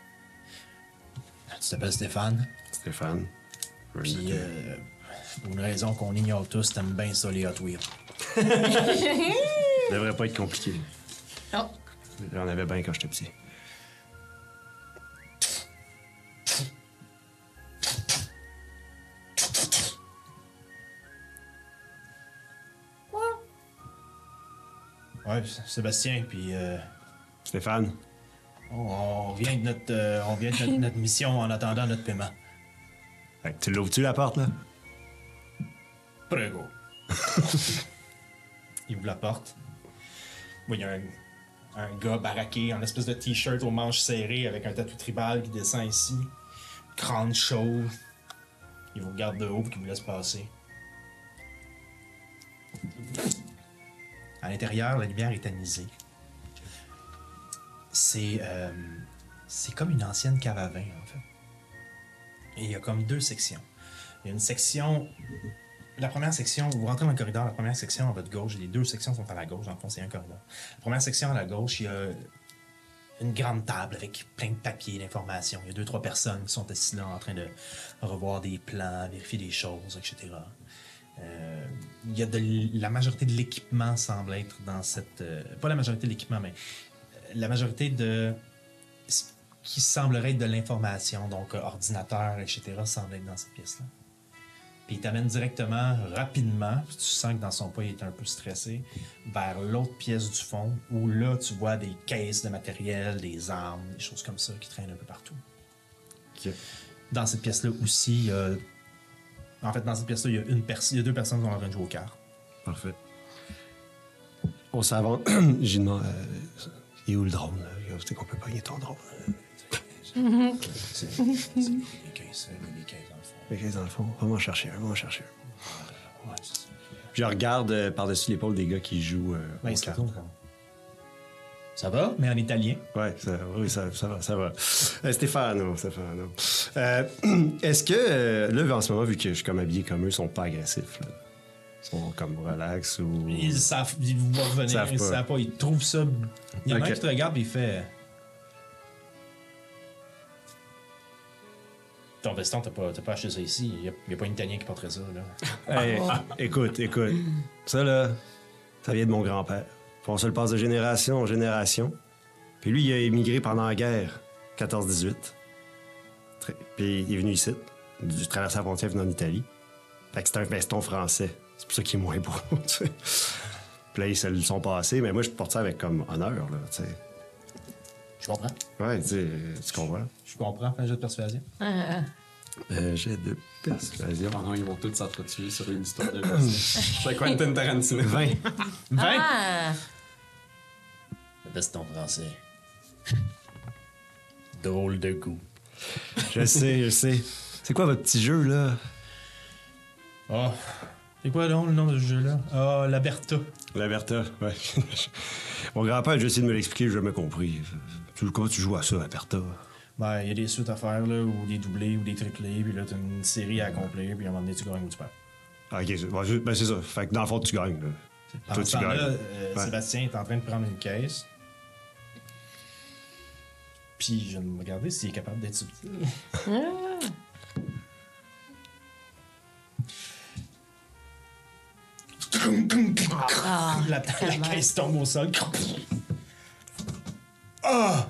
Tu t'appelles Stéphane? Stéphane. Puis, euh, pour une raison qu'on ignore tous, t'aimes bien ça, les Hot Wheels. Ça devrait pas être compliqué. Oh. J'en avais bien quand j'étais petit. Ouais, Sébastien, puis euh, Stéphane. on, on vient de notre, euh, on vient de notre, notre mission en attendant notre paiement. Fait que tu l'ouvres-tu la porte, là? Prego. Il ouvre la porte. Oui, il y a un, un gars baraqué en espèce de t-shirt aux manches serrées avec un tatou tribal qui descend ici. Crâne chauve. Il vous regarde de haut et il vous laisse passer. À l'intérieur, la lumière est tamisée. C'est euh, c'est comme une ancienne cave à vin, en fait. Et il y a comme deux sections. Il y a une section... La première section, vous rentrez dans le corridor, la première section à votre gauche, les deux sections sont à la gauche, dans le fond, c'est un corridor. La première section à la gauche, il y a une grande table avec plein de papiers, d'informations. Il y a deux, trois personnes qui sont assises là en train de revoir des plans, vérifier des choses, et cetera. Euh, il y a de l- la majorité de l'équipement semble être dans cette... euh, pas la majorité de l'équipement, mais euh, la majorité de ce qui semblerait être de l'information, donc euh, ordinateur, et cetera, semble être dans cette pièce-là. Puis il t'amène directement, rapidement, puis tu sens que dans son pas, il est un peu stressé, vers l'autre pièce du fond, où là, tu vois des caisses de matériel, des armes, des choses comme ça qui traînent un peu partout. OK. Dans cette pièce-là aussi, il y a... En fait, dans cette pièce-là, il y a, une pers- il y a deux personnes qui sont en train de jouer au cartes. Parfait. On s'avance. J'ai demandé. Euh, il est où le drone, là? Tu sais qu'on peut pogner ton drone. là. C'est c'est- les caisses, euh, les caisses dans le fond. Ok, dans le fond, on va en chercher un, on va en chercher un. Ouais, c'est ça. Je regarde euh, par-dessus l'épaule des gars qui jouent euh, Ben, aux c'est cartes. tout. Ça va, mais en italien. Ouais, ça, oui, ça, ça va, ça va. Euh, Stéphano, Stéphano. Euh, Est-ce que, euh, là, en ce moment, vu que je suis comme habillé comme eux, ils sont pas agressifs, là? Ils sont comme relax ou... Ils savent, ils vont revenir, Ils savent ils pas. savent pas, ils trouvent ça. Il y en a Ok. un qui te regarde et il fait. Ton veston, t'as pas, t'as pas acheté ça ici. Il y a, il y a pas un Italien qui porterait ça, là. Hey, écoute, écoute. Ça, là, ça vient de mon grand-père. On se le passe de génération en génération. Puis lui, il a émigré pendant la guerre, quatorze dix-huit. Très- Puis il est venu ici. Du traverser la frontière, venant en Italie. Fait que c'est un veston français. C'est pour ça qu'il est moins beau, tu sais. Puis là, ils se le sont passés, mais moi, je porte ça avec comme honneur, là, tu sais. Je comprends. Ouais, tu sais, tu comprends. Je comprends. Fais un jeu de persuasion. Ah, Euh, j'ai de persuasion. Pendant ils vont tous s'entretuer sur une histoire de C'est Quentin Tarantino. vingt. vingt. ah. Le veston français. Drôle de goût. Je sais, je sais. C'est quoi votre petit jeu, là? Oh. C'est quoi donc le nom de ce jeu-là? Ah, la Bertha. La Bertha, ouais. Mon grand-père a déjà essayé de me l'expliquer, j'ai jamais compris. Tu, comment tu joues à ça, la Bertha? Ben, il y a des suites à faire, là, ou des doublés, ou des triplés, puis là, t'as une série à accomplir, puis à un moment donné, tu gagnes ou tu perds. Ah, ok, c'est ben, c'est- ben, c'est ça. Fait que dans le fond, tu gagnes, là. Pendant Toi, ce tu temps-là, gagnes. euh, Ouais. Sébastien est en train de prendre une caisse. Puis je vais me regarder s'il est capable d'être subtil. Ah. La, la caisse tombe au sol. Ah!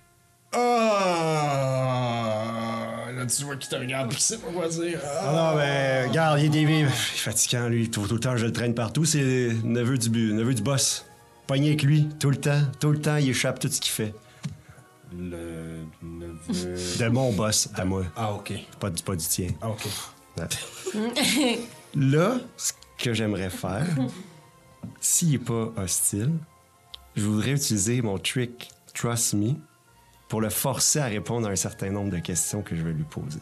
Ah! Là, tu vois qu'il te regarde pis il sait pas quoi dire. Ah non, mais regarde, il est, des- il est fatigant, lui. Tout, tout le temps, je le traîne partout. C'est le neveu du, bu- neveu du boss. Pogné avec lui, tout le temps. Tout le temps, il échappe tout ce qu'il fait. Le neveu. De mon boss, à moi. Ah, ok. Pas du, pas du tien. Ah, ok. Ouais. Là, ce que j'aimerais faire, s'il est pas hostile, je voudrais utiliser mon trick Trust Me pour le forcer à répondre à un certain nombre de questions que je vais lui poser.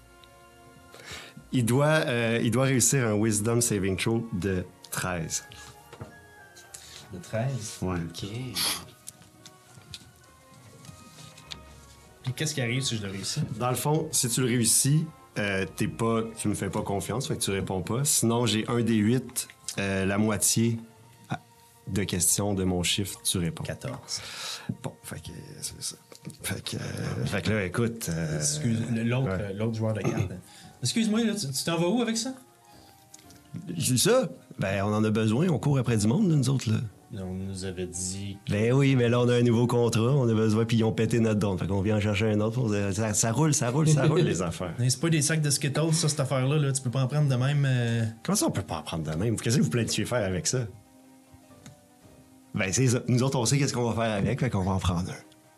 Il doit, euh, il doit réussir un Wisdom Saving Throw de treize. De treize. Ouais. Ok. Puis qu'est-ce qui arrive si je le réussis? Dans le fond, si tu le réussis, euh, t'es pas, tu me fais pas confiance, fait que tu réponds pas. Sinon, j'ai un des huit, euh, la moitié ah, de questions de mon chiffre, tu réponds. quatorze. Bon, fait que c'est ça. Fait que, euh, fait que là, écoute. euh, Excuse, le- l'autre, ouais. euh, l'autre joueur de garde. Excuse-moi, là, tu tu t'en vas où avec ça? Je dis ça? Ben, on en a besoin, on court après du monde, là, nous autres, là. On nous avait dit. Ben oui, mais là, on a un nouveau contrat, on a besoin, puis ils ont pété notre don. Fait qu'on vient en chercher un autre. on- Ça, ça roule, ça roule, ça roule, les affaires. Mais c'est pas des sacs de Skittles, ça, cette affaire-là. Là. Tu peux pas en prendre de même. euh, Comment ça, on peut pas en prendre de même? Qu'est-ce que vous planifiez faire avec ça? Ben, c'est ça. Nous autres, on sait qu'est-ce qu'on va faire avec, fait qu'on va en prendre un.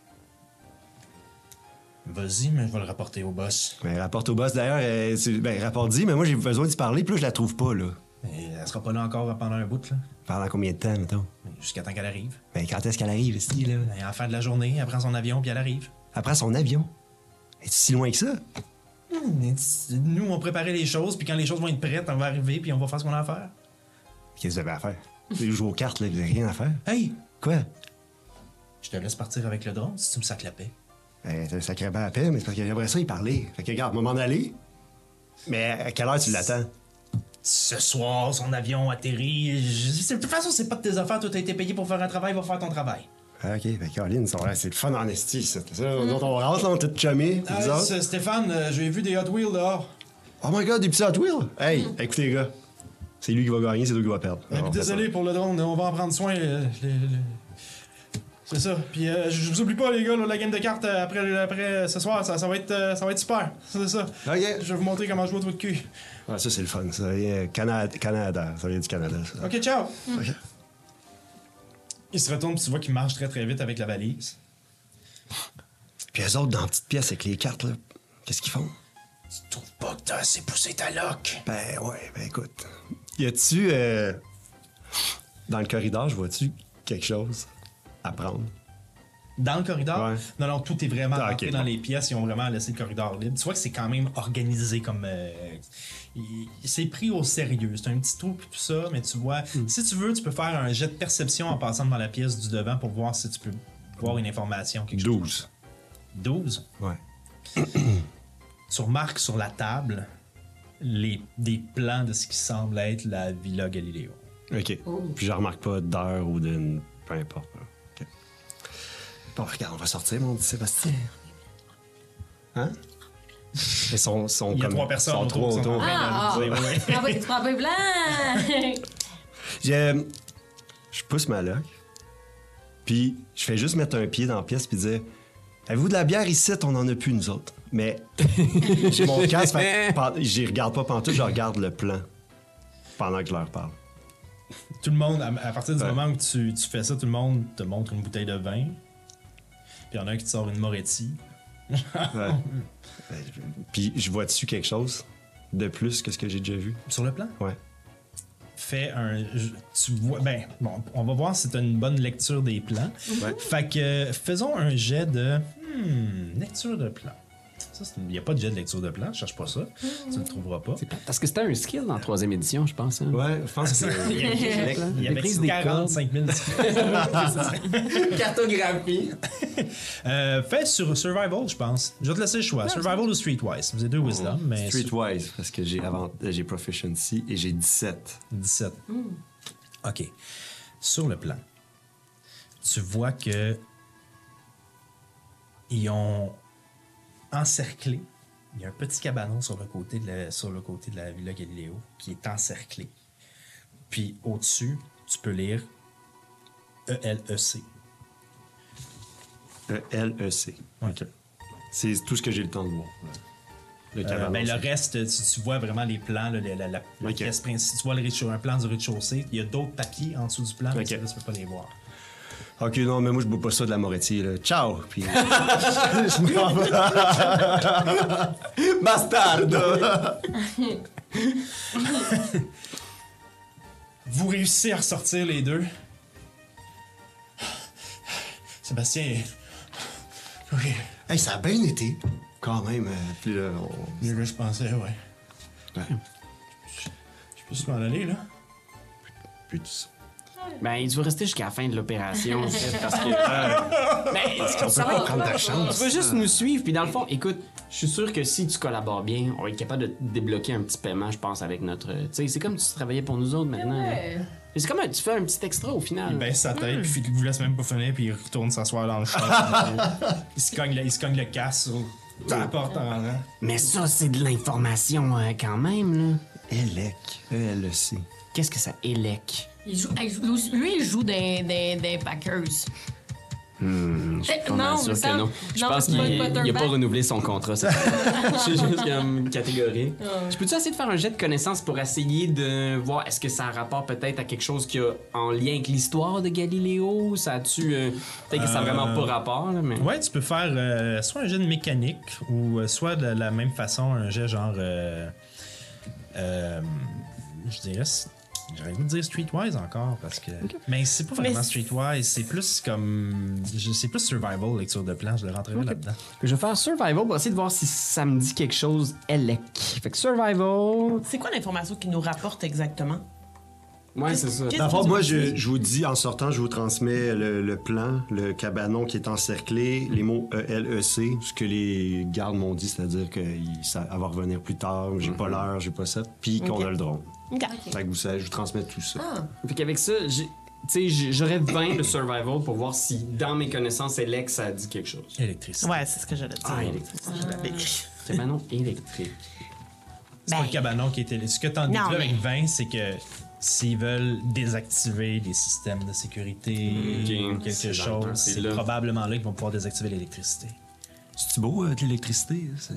Vas-y, mais je vais le rapporter au boss. Ben, rapporte au boss, d'ailleurs, euh, c'est- ben, rapporte dit, mais moi, j'ai besoin d'y parler, puis là, je la trouve pas, là. Mais elle sera pas là encore pendant un bout, là. Pendant combien de temps, mettons? Jusqu'à temps qu'elle arrive. Ben, quand est-ce qu'elle arrive, ici, là? Et à la fin de la journée, elle prend son avion puis elle arrive. Après son avion. Es-tu si loin que ça? Hmm, Nous, on préparait les choses, puis quand les choses vont être prêtes, on va arriver, puis on va faire ce qu'on a à faire. Qu'est-ce que vous avez à faire? Vous jouez aux cartes, là, vous avez rien à faire. Hey! Quoi? Je te laisse partir avec le drone si tu me sacs la paix. Ben, c'est un sacré bain à peine, mais c'est parce qu'après ça, il parlait. Fait que, regarde, on va m'en aller. Mais à quelle heure tu l'attends? Ce soir, son avion atterrit. Je- De toute façon, c'est pas de tes affaires. Toi, t'as été payé pour faire un travail, va faire ton travail. Ah, ok, fait Caroline, c'est le fun en esti, ça. C'est ça, nous autres, on rentre, là, on est tous chumés, c'est Ah, bizarre. c'est- Stéphane, euh, j'ai vu des Hot Wheels dehors. Oh my god, des petits Hot Wheels! Hey, écoutez, les gars, c'est lui qui va gagner, c'est lui qui va perdre. Euh, Alors, on fait désolé pour le drone, on va en prendre soin. euh, les- les- C'est ça. Puis euh, je je vous oublie pas, les gars, là, la game de cartes euh, après, après euh, ce soir, ça, ça, va être, euh, ça va être super. C'est ça. ça. Ok. Je vais vous montrer comment jouer au trou de cul. Ah, ça, c'est le fun, ça. vient Canada, Canada, ça vient du Canada, ça. Ok, ciao. Ok. Il se retourne, puis tu vois qu'il marche très très vite avec la valise. Puis eux autres, dans la petite pièce avec les cartes, là, qu'est-ce qu'ils font? Tu trouves pas que t'as assez poussé ta loque? Ben ouais, ben écoute. Y a-tu, euh, dans le corridor, je vois-tu quelque chose à prendre? Dans le corridor? Ouais. Non, non, tout est vraiment Ah, rentré ok, dans bon. les pièces. Ils ont vraiment laissé le corridor libre. Tu vois que c'est quand même organisé comme... euh, il- c'est pris au sérieux. C'est un petit trou puis tout ça, mais tu vois... Hmm. Si tu veux, tu peux faire un jet de perception en passant devant la pièce du devant pour voir si tu peux voir une information. Quelque chose. douze. douze? Ouais. Tu remarques sur la table les, des plans de ce qui semble être la Villa Galileo. OK. Puis je remarque pas d'heure ou d'une... Peu importe. là. OK. Bon, regarde, on va sortir, mon petit Sébastien. Hein? Ils sont, sont Il y a comme- trois personnes sont autour. trois qui sont en autour. train Ah, de- ouais, ouais. Tu prends pas- tu prends pas les blancs! Je, je pousse ma loque, puis je fais juste mettre un pied dans la pièce puis dire Avez-vous de la bière ici? On en a plus, nous autres. Mais j'ai mon casque, fait, j'y regarde pas pantoute, je regarde le plan pendant que je leur parle. Tout le monde, à, à partir du Ouais. moment où tu, tu fais ça, tout le monde te montre une bouteille de vin. Puis il y en a un qui te sort une Moretti. Ouais. Puis je vois dessus quelque chose de plus que ce que j'ai déjà vu. Sur le plan? Ouais. Fais un. Tu vois. Ben, bon, on va voir si t'as une bonne lecture des plans. Ouais. Fait que euh, faisons un jet de. Hmm, lecture de plan. Ça, c'est une- il n'y a pas de jet de lecture de plan, je cherche pas ça. Tu le trouveras pas. C'est plate. Parce que c'était un skill dans la troisième édition, je pense. Hein? Ouais, je pense que Il y avait, il y avait Maîtrise des quarante-cinq mille. Cartographie. euh, fais sur Survival, je pense. Je vais te laisser le choix. Survival ou Streetwise. Vous avez deux Wisdom, mais. Streetwise, parce que j'ai avant... j'ai Proficiency et j'ai dix-sept. dix-sept. OK. Sur le plan, tu vois que ils ont encerclé. Il y a un petit cabanon sur le côté de la, sur le côté de la Villa Galileo qui est encerclé. Puis au-dessus, tu peux lire E L E C. E L E C. OK. C'est tout ce que j'ai le temps de voir. Le Euh, cabanon. ben, le c'est- reste, tu, tu vois vraiment les plans, là, la, la, la- la Ok. pièce principale. Tu vois le rez- un plan du rez-de-chaussée. Il y a d'autres papiers en dessous du plan, mais Ok. ça, là, tu peux pas les voir. OK, non, mais moi, je bois pas ça de la Moretti. Là. Ciao! Puis... je m'en vais. Bastardo! Vous réussissez à ressortir les deux. Sébastien. Oui. Hey, ça a bien été. Quand même. euh, puis là, on... Mieux que je pensais, ouais. Ouais. Je peux m'en aller, là? Puis tout- Ben, tu veux rester jusqu'à la fin de l'opération, c'est parce que. euh, ben, ça va. prendre ta chance. Tu veux juste nous suivre, puis dans le fond, écoute, je suis sûr que si tu collabores bien, on va être capable de débloquer un petit paiement, je pense, avec notre. Tu sais, c'est comme si tu travaillais pour nous autres maintenant. là. Ouais. C'est comme un- tu fais un petit extra au final. Il baisse sa tête, puis il vous laisse même pas finir, puis il retourne s'asseoir dans le char. il, se cogne le, il se cogne le casse sur la porte en rentrant. Mais ça, c'est de l'information euh, quand même, là. Elec. E L E C. Qu'est-ce que ça élec? Il joue, il joue- lui, il joue des, des, des Packers. Hmm, je suis Eh, pas mal non, sûr mais que ça- non. Je non, pense c'est qu'il pas une il a pas quarterback. renouvelé son contrat. Ça. Je suis juste comme une catégorie. Je peux-tu essayer de faire un jet de connaissances pour essayer de voir est-ce que ça a rapport peut-être à quelque chose qui a en lien avec l'histoire de Galiléo? Ça a-tu... euh, peut-être que ça a vraiment pas rapport, là, mais... Ouais, tu peux faire euh, soit un jet de mécanique, ou euh, soit de la même façon, un jet genre. Euh, euh, je dirais. J'aurais le goût de dire Streetwise encore, parce que. Mais c'est pas vraiment Mais Streetwise, c'est plus comme. je- C'est plus Survival, lecture de plan, je le rentrerai là-dedans. Je vais faire Survival pour essayer de voir si ça me dit quelque chose élec. Fait que Survival... C'est quoi l'information qui nous rapporte exactement? Ouais, c'est ça. Qu'est-ce Dans le fond, que moi, tu je, dis? je vous dis, en sortant, je vous transmets le, le plan, le cabanon qui est encerclé, les mots E L E C, ce que les gardes m'ont dit, c'est-à-dire qu'elle va revenir plus tard, j'ai pas l'heure, j'ai pas ça, puis qu'on Ok. a le drone. OK. Fait que vous savez, je vous transmets tout ça. Ah, Fait qu'avec ça, j'ai- tu sais, j'ai- j'aurais vingt de Survival pour voir si, dans mes connaissances, élec, ça dit quelque chose. Électricité. Ouais, c'est ce que j'allais dire. Ah, électrique. Je l'avais écrit. Cabanon électrique. C'est pas Ben, le cabanon qui était. Ce que t'en dis non, là mais- avec vingt, c'est que s'ils veulent désactiver les systèmes de sécurité Ok, ou quelque c'est dans- chose, c'est c'est là. probablement là qu'ils vont pouvoir désactiver l'électricité. C'est-tu beau, euh, de l'électricité? C'est...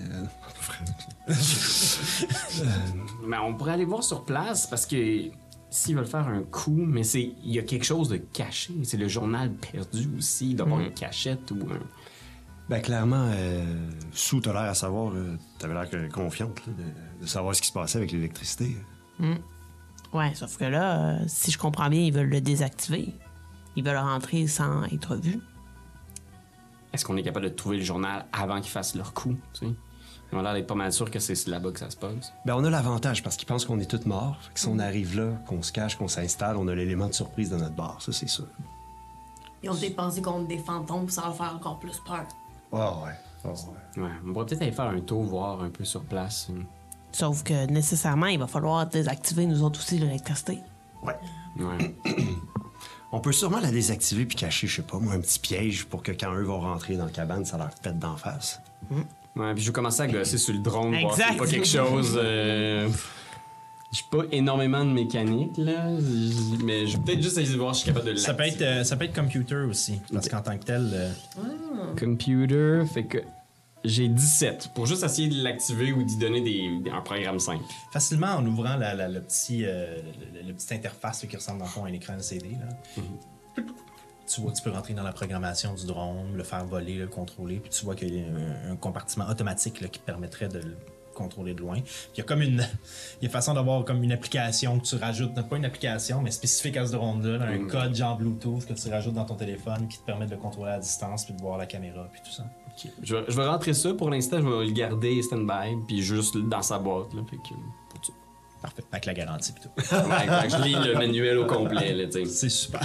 Mais on pourrait aller voir sur place parce que s'ils veulent faire un coup, mais c'est il y a quelque chose de caché. C'est le journal perdu aussi, d'avoir une cachette ou un. Ben, clairement, euh, Sou, t'as l'air à savoir, euh, t'avais l'air que- confiante là, de, de savoir ce qui se passait avec l'électricité. Ouais, sauf que là, euh, si je comprends bien, ils veulent le désactiver. Ils veulent rentrer sans être vus. Est-ce qu'on est capable de trouver le journal avant qu'ils fassent leur coup, tu sais? Ils ont l'air d'être pas mal sûr que c'est là-bas que ça se passe. Ben, on a l'avantage parce qu'ils pensent qu'on est tous morts. Fait que si on arrive là, qu'on se cache, qu'on s'installe, on a l'élément de surprise de notre bar, ça, c'est sûr. ils ont dépensé contre des fantômes, ça va faire encore plus peur. Oh, ouais. Oh, ouais. Ouais, on pourrait peut-être aller faire un tour, voir un peu sur place. Sauf que nécessairement, il va falloir désactiver nous autres aussi l'électricité. Ouais. Ouais. On peut sûrement la désactiver puis cacher, je sais pas, moi, un petit piège pour que quand eux vont rentrer dans la cabane, ça leur pète d'en face. Ouais, puis je vais commencer à gosser sur le drone, voir si Exact. c'est pas quelque chose. euh, Je suis pas énormément de mécanique, là. Je- Mais je vais peut-être juste essayer de voir si je suis capable de Ça peut être, l'activer. euh, ça peut être computer aussi, parce Ok. qu'en tant que tel, euh, Computer, fait que j'ai dix-sept. Pour juste essayer de l'activer ou d'y donner des, des- un programme simple. facilement en ouvrant la, la- le petit, euh, le, le petit interface là, qui ressemble dans le fond à un écran L C D, là, tu vois que tu peux rentrer dans la programmation du drone, le faire voler, le contrôler, puis tu vois qu'il y a un, un compartiment automatique là, qui permettrait de le contrôler de loin. Puis il y a comme une, il y a une façon d'avoir comme une application que tu rajoutes, pas une application, mais spécifique à ce drone-là, là, un Mm. code genre Bluetooth que tu rajoutes dans ton téléphone qui te permet de le contrôler à distance puis de voir la caméra puis tout ça. Ok. Je, vais, je vais rentrer ça. Pour l'instant, je vais le garder stand-by, puis juste dans sa boîte, là. Fait que, pour ça. Parfait, avec la garantie puis tout. Ouais, fait que je lis le manuel au complet, là, tu sais. C'est super.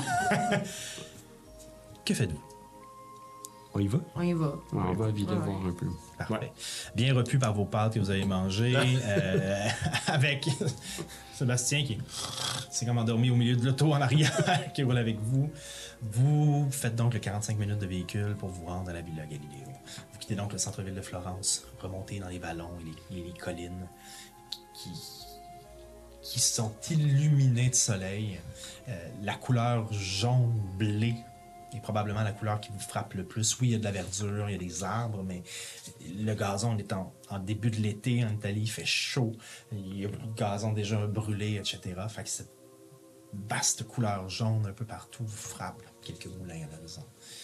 Que faites-vous? On y va? On y va. Ouais, on va vite Ouais. voir un peu. Parfait. Ouais. Bien repu par vos pâtes que vous avez mangées, euh, avec Sébastien qui s'est comme endormi au milieu de l'auto en arrière, qui roule avec vous. Vous faites donc le quarante-cinq minutes de véhicule pour vous rendre à la Villa Galileo. Vous quittez donc le centre-ville de Florence, remontez dans les vallons et les, et les collines qui, qui sont illuminées de soleil. Euh, la couleur jaune-blé est probablement la couleur qui vous frappe le plus. Oui, il y a de la verdure, il y a des arbres, mais le gazon, on est en, en début de l'été en Italie, il fait chaud, il y a beaucoup de gazon déjà brûlé, et cetera. Fait que cette vaste couleur jaune un peu partout vous frappe, quelques moulins à l'horizon.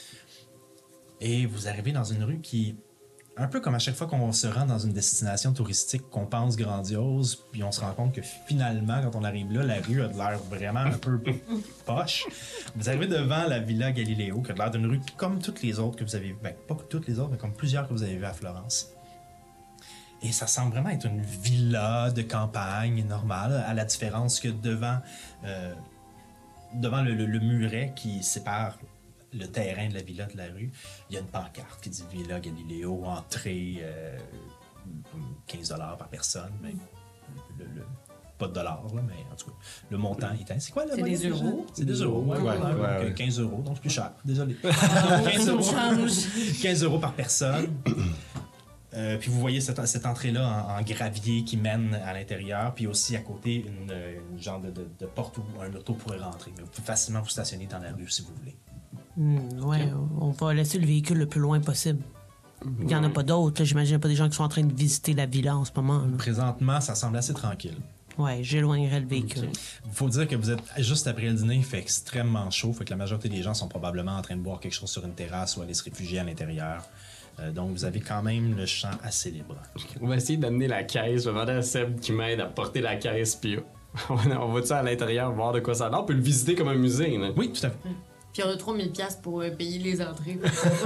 Et vous arrivez dans une rue qui, un peu comme à chaque fois qu'on se rend dans une destination touristique qu'on pense grandiose, puis on se rend compte que finalement, quand on arrive là, la rue a de l'air vraiment un peu poche. Vous arrivez devant la Villa Galileo, qui a l'air d'une rue comme toutes les autres que vous avez vues, ben, pas toutes les autres, mais comme plusieurs que vous avez vues à Florence. Et ça semble vraiment être une villa de campagne normale, à la différence que devant, euh, devant le, le- le muret qui sépare le terrain de la villa de la rue, il y a une pancarte qui dit Villa Galileo, entrée euh, quinze dollars par personne. Mais le, le- pas de dollars, là, mais en tout cas, le montant est... C'est quoi le C'est montant des déjà? euros. C'est des euros, ouais, Ouais, ouais, ouais, donc, ouais. euh, quinze euros, donc c'est plus cher. Désolé. quinze euros. quinze euros par personne. Euh, puis vous voyez cette, cette entrée-là en, en gravier qui mène à l'intérieur, puis aussi à côté une, une genre de, de- de porte où un auto pourrait rentrer. Mais vous pouvez facilement vous stationner dans la rue si vous voulez. Hmm, ouais, on va laisser le véhicule le plus loin possible. Il n'y en a pas d'autres. là. J'imagine qu'il n'y a pas des gens qui sont en train de visiter la villa en ce moment. là. Présentement, ça semble assez tranquille. Ouais, j'éloignerai le véhicule. Il faut dire que vous êtes juste après le dîner, il fait extrêmement chaud, fait que la majorité des gens sont probablement en train de boire quelque chose sur une terrasse ou aller se réfugier à l'intérieur. Euh, donc vous avez quand même le champ assez libre. On va essayer d'amener la caisse. Je vais demander à Seb qui m'aide à porter la caisse, puis on va, on va-tu à l'intérieur voir de quoi ça a l'air? On peut le visiter comme un musée, là. Oui, tout à fait. Puis on a trois mille piastres pour euh, payer les entrées.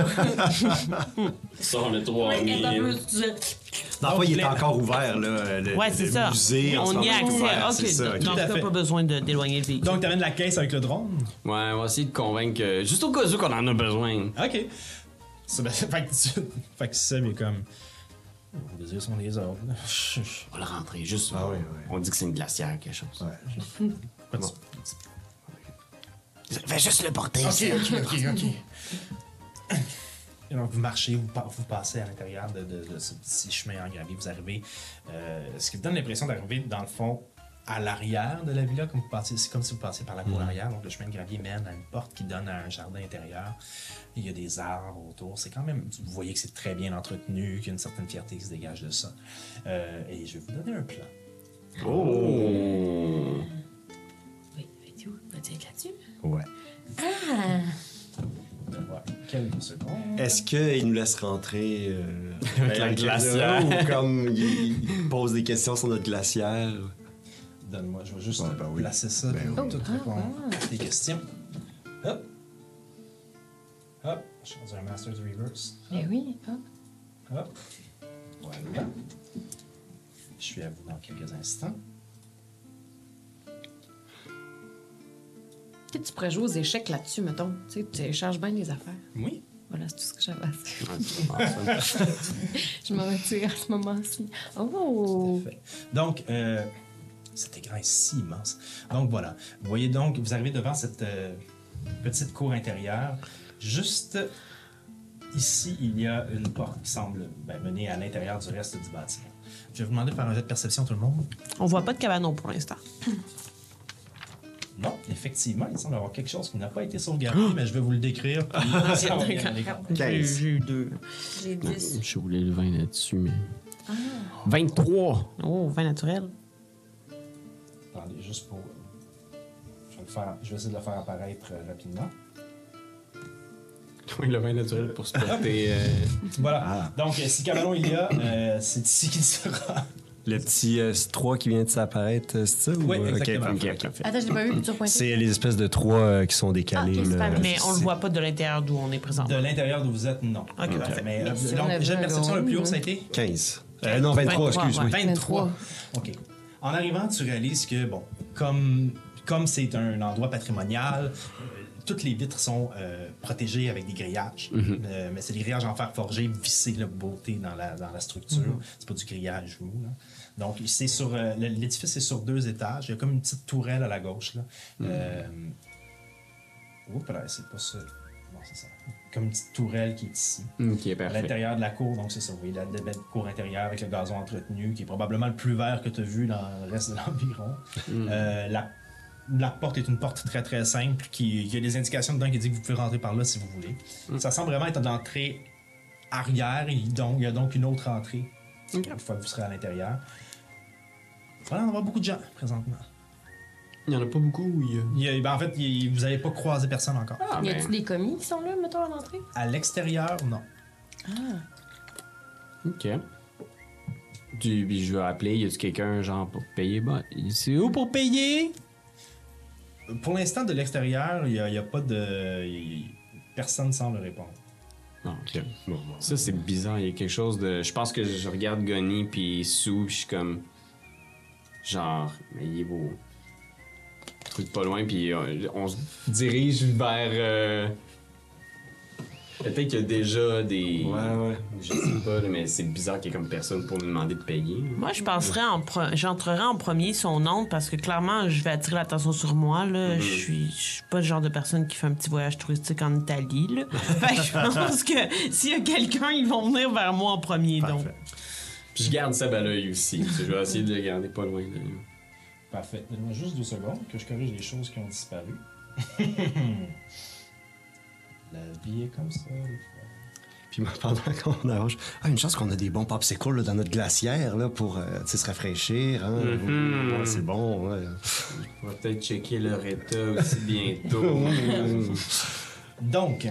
Sors le trois mille. Dans le fond, il est les- encore ouvert, là. Le, Ouais, c'est le ça. musée, en ce On y moment, a est ouvert, accès. c'est Ok, ça. donc à t'as fait. pas besoin de- d'éloigner le véhicule. Donc tu amènes la caisse avec le drone. Ouais, on va essayer de convaincre. euh, Juste au cas où qu'on en a besoin. OK. Ça, ben, fait que tu- fait que Seb est comme... Les désirs sont les ordres. On va le rentrer, juste. Ah ouais, ouais. On dit que c'est une glacière, quelque chose. Ouais. Pas de- Fais juste le porter. Ok, ok, ok, ok. Et donc, vous marchez, vous, pa- vous passez à l'intérieur de, de- de ce petit chemin en gravier, vous arrivez, euh, ce qui vous donne l'impression d'arriver, dans le fond, à l'arrière de la villa, comme vous passez, c'est comme si vous passiez par la cour arrière, donc le chemin de gravier mène à une porte qui donne à un jardin intérieur. Il y a des arbres autour, c'est quand même, vous voyez que c'est très bien entretenu, qu'il y a une certaine fierté qui se dégage de ça. Euh, et je vais vous donner un plan. Oh! Oui, fais-tu? Vas-tu être là-dessus? Ouais. On va voir quelques secondes. Est-ce qu'il nous laisse rentrer euh, Avec la dans glacière. ou comme il, il pose des questions sur notre glacière? Donne-moi, je vais juste Ouais, ben oui. placer ça Ben pour oui. tout répondre à tes questions. Hop. Hop. Je suis dans un Master's Reverse. Eh oui, hop. Hop. Voilà. Je suis à vous dans quelques instants. Tu sais, tu pourrais jouer aux échecs là-dessus, mettons. Tu sais, tu charges bien les affaires. Oui. Voilà, c'est tout ce que j'avais à dire. Ouais, tu vas faire ça. Je m'en retire à ce moment-ci. Oh! Parfait. Donc, euh, cet écran est si immense. Donc, voilà. Vous voyez donc, vous arrivez devant cette euh, petite cour intérieure. Juste ici, il y a une porte qui semble ben, mener à l'intérieur du reste du bâtiment. Je vais vous demander de faire un jet de perception, tout le monde. On voit pas de cabanon pour l'instant. Non, effectivement, il semble y avoir quelque chose qui n'a pas été sauvegardé, mais je vais vous le décrire. puis ça va bien aller. J'ai j'ai eu deux. J'ai dix. Je voulais le vin là-dessus, mais. vingt-trois! Oh, vin naturel. Attendez, juste pour. Je vais, le faire... je vais essayer de le faire apparaître euh, rapidement. Oui, le vin naturel pour se porter. euh, Voilà. Donc, euh, si cabanon il y a, euh, c'est ici qu'il sera. Le petit euh, trois qui vient de s'apparaître, euh, c'est ça? Oui, ou... exactement. Ok, ok, ok. Attends, je l'ai pas vu, peux-tu repointer? C'est les espèces de trois euh, qui sont décalés. Ah, ok, là. super. Mais on le voit pas de l'intérieur d'où on est présent. De l'intérieur d'où vous êtes, non. Ok, Parfait. Mais, euh, si on donc, avait jet de un perception le plus haut, gong, ça a été quinze. Euh, non, vingt-trois, vingt-trois, excuse, ouais. oui. vingt-trois. OK. En arrivant, tu réalises que, bon, comme comme c'est un endroit patrimonial, euh, toutes les vitres sont euh, protégées avec des grillages. Euh, mais c'est des grillages en fer forgé, vissés, la beauté dans la, dans la structure. C'est pas du grillage mou, là. Donc, c'est sur, euh, l'édifice est sur deux étages. Il y a comme une petite tourelle à la gauche, là. Euh... Oups, là, c'est pas ça. Non, c'est ça. Comme une petite tourelle qui est ici. Ok, À parfait. l'intérieur de la cour, donc c'est ça, oui, la, la belle cour intérieure avec le gazon entretenu, qui est probablement le plus vert que tu as vu dans le reste de l'environ. Euh, la, la porte est une porte très très simple, qui, qui a des indications dedans qui dit que vous pouvez rentrer par là si vous voulez. Ça semble vraiment être l'entrée arrière, et donc, il y a donc une autre entrée, une fois que vous serez à l'intérieur. Voilà, on va avoir beaucoup de gens présentement. Il y en a pas beaucoup, il y a. Il y a- ben, en fait, il- vous n'avez pas croisé personne encore. Ah, Y ben. a-tu des commis qui sont là, mettons, à l'entrée? À l'extérieur, non. Ok. Du, puis je vais appeler, y a-tu quelqu'un, genre, pour payer? Bah, c'est où pour payer? Pour l'instant, de l'extérieur, il n'y a, il y a pas de. il- personne ne semble répondre. Ah, ok. Bon, bon. Ça, c'est bizarre. Il y a quelque chose de. Je pense que je regarde Gonny puis Sue, puis je suis comme. Genre, mais il est beau. Truc pas loin, puis euh, on se dirige vers. euh, Peut-être qu'il y a déjà des. Ouais, ouais. Je sais pas, là, mais c'est bizarre qu'il y ait comme personne pour nous demander de payer. Moi, je passerais en pre- j'entrerais en premier son nom parce que clairement, je vais attirer l'attention sur moi. Là. Je suis je suis pas le genre de personne qui fait un petit voyage touristique en Italie. Là. Fait que je pense que s'il y a quelqu'un, ils vont venir vers moi en premier. Donc. Parfait. Puis je garde Seb à l'œil aussi. Je vais essayer de le garder pas loin de lui. Parfait. Donne-moi juste deux secondes que je corrige les choses qui ont disparu. La vie est comme ça, des fois. Puis moi, pendant qu'on arrange. Ah, une chance qu'on a des bons popsicles là, dans notre glacière là, pour euh, tu sais, se rafraîchir. Hein? Mhm. Ouais, c'est bon. Ouais. On va peut-être checker leur état aussi bientôt. Donc,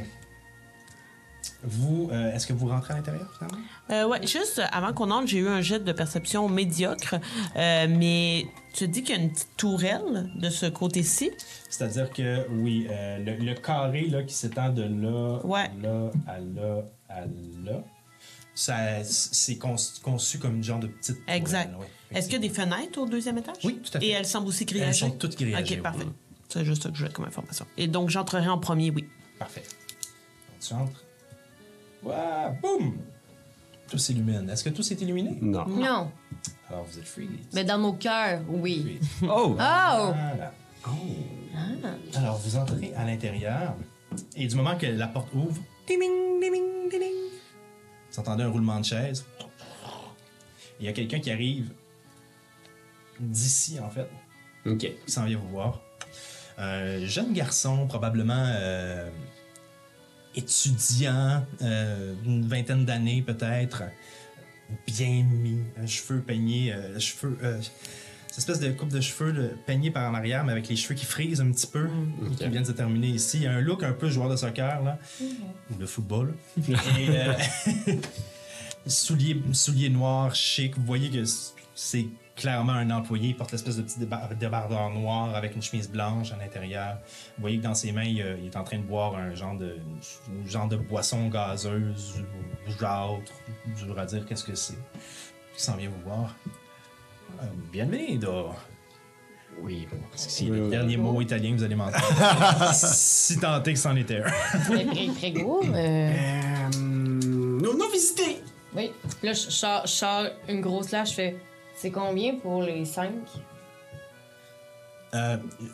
vous, euh, est-ce que vous rentrez à l'intérieur, finalement? Euh, ouais, juste avant qu'on entre, j'ai eu un jet de perception médiocre. Euh, mais tu dis qu'il y a une petite tourelle de ce côté-ci. C'est-à-dire que, oui, euh, le, le carré là, qui s'étend de là, Ouais. là, à là, à là, ça, c'est conçu, conçu comme une genre de petite tourelle, Exact. oui, Est-ce qu'il y a des fenêtres au deuxième étage? Oui, tout à fait. Et elles semblent aussi Elles grillagées? sont toutes grillagées. Ok, oui. parfait. C'est juste ça que je voulais comme information. Et donc, j'entrerai en premier, oui. Parfait. Donc, tu entres. Ouah, boum! Tout s'illumine. Est-ce que tout s'est illuminé? Non. Non. Alors, vous êtes freeze. Mais dans nos cœurs, oui. Freeze. Oh! Oh! Voilà. Alors, vous entrez à l'intérieur, et du moment que la porte ouvre, ding, ding, ding, ding, ding, vous entendez un roulement de chaise. Il y a quelqu'un qui arrive d'ici, en fait, Ok. qui s'en vient vous voir. Un jeune garçon, probablement euh, étudiant, euh, une vingtaine d'années peut-être, bien mis, euh, cheveux peignés, euh, cheveux... Euh, cette espèce de coupe de cheveux là, peignée par en arrière, mais avec les cheveux qui frisent un petit peu, Ok. qui viennent de se terminer ici. Il y a un look un peu joueur de soccer, là, ou de football. Et euh, souliers, souliers noirs, chic. Vous voyez que c'est clairement un employé. Il porte l'espèce de petit débar- débardeur noir avec une chemise blanche à l'intérieur. Vous voyez que dans ses mains, il, euh, il est en train de boire un genre de, un genre de boisson gazeuse, rougeâtre, dur à dire qu'est-ce que c'est. Il s'en vient vous voir. Euh, Bienvenido. Oui. C'est le dernier mot italien que vous allez m'entendre. Si tant est que c'en était un. Très, très, très gros. Euh... Euh, nous non visité. Oui. Là, je sors, je sors une grosse lâche, je fais. C'est combien pour les cinq? Euh,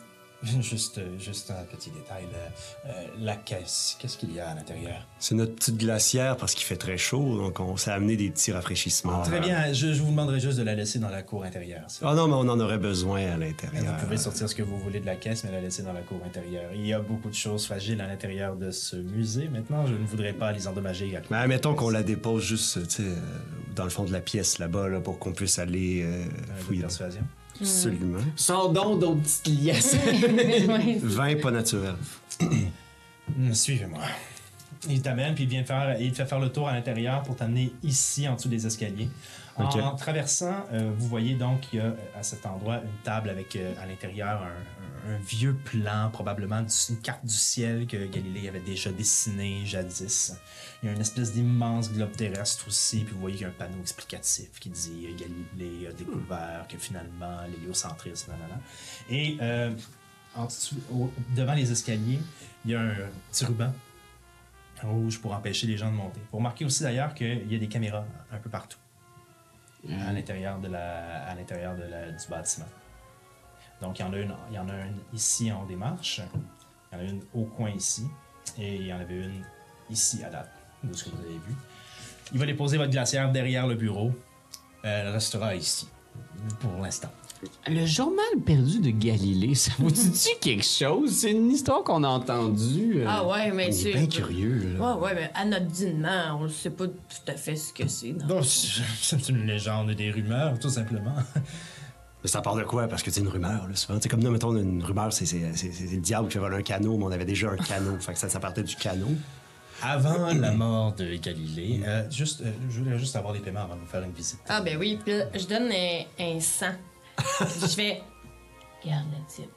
Juste, juste un petit détail, là. Euh, la caisse, qu'est-ce qu'il y a à l'intérieur? C'est notre petite glacière parce qu'il fait très chaud, donc on s'est amené des petits rafraîchissements. Très bien, je, je vous demanderai juste de la laisser dans la cour intérieure. Ah non, mais on en aurait besoin à l'intérieur. Vous pouvez sortir ce que vous voulez de la caisse, mais la laisser dans la cour intérieure. Il y a beaucoup de choses fragiles à l'intérieur de ce musée. Maintenant, je ne voudrais pas les endommager. Mais admettons qu'on la dépose juste, tu sais, euh, dans le fond de la pièce là-bas, là, pour qu'on puisse aller euh, fouiller. Persuasion. Absolument. Sors donc d'autres petites liasses. Vin pas naturel. Hmm, Suivez-moi. Il t'amène, puis il, vient faire, il te fait faire le tour à l'intérieur pour t'amener ici, en dessous des escaliers. En Ok. traversant, euh, vous voyez donc qu'il y a à cet endroit une table avec euh, à l'intérieur un, un- un vieux plan, probablement du- une carte du ciel que Galilée avait déjà dessinée jadis. Il y a une espèce d'immense globe terrestre aussi, puis vous voyez qu'il y a un panneau explicatif qui dit euh, Galilée a découvert que finalement l'héliocentrisme, nanana. Et euh, en dessous, au- devant les escaliers, il y a un petit ruban rouge pour empêcher les gens de monter. Pour remarquer aussi d'ailleurs qu'il y a des caméras un peu partout à l'intérieur de la, à l'intérieur de la, du bâtiment. Donc il y en a une, il y en a une ici en haut des marches, il y en a une au coin ici, et il y en avait une ici à date, de ce que vous avez vu. Il va déposer votre glacière derrière le bureau. Euh, elle restera ici pour l'instant. Le journal perdu de Galilée, ça vous dit-tu quelque chose? C'est une histoire qu'on a entendue. euh. Ah ouais, mais On c'est... est bien curieux, là. Ouais, ouais, mais anodinement, on ne sait pas tout à fait ce que c'est. non. Donc, c'est une légende et des rumeurs, tout simplement. Mais ça part de quoi? Parce que c'est une rumeur, là, souvent. C'est comme nous, mettons, une rumeur, c'est, c'est, c'est, c'est le diable qui fait voler un canot, mais on avait déjà un canot. Fait que ça, ça partait du canot. Avant la mort de Galilée, euh, juste, euh, je voulais juste avoir les paiements avant de vous faire une visite. Ah ben oui, puis là, je donne un, un cent. je fais... Garde le type.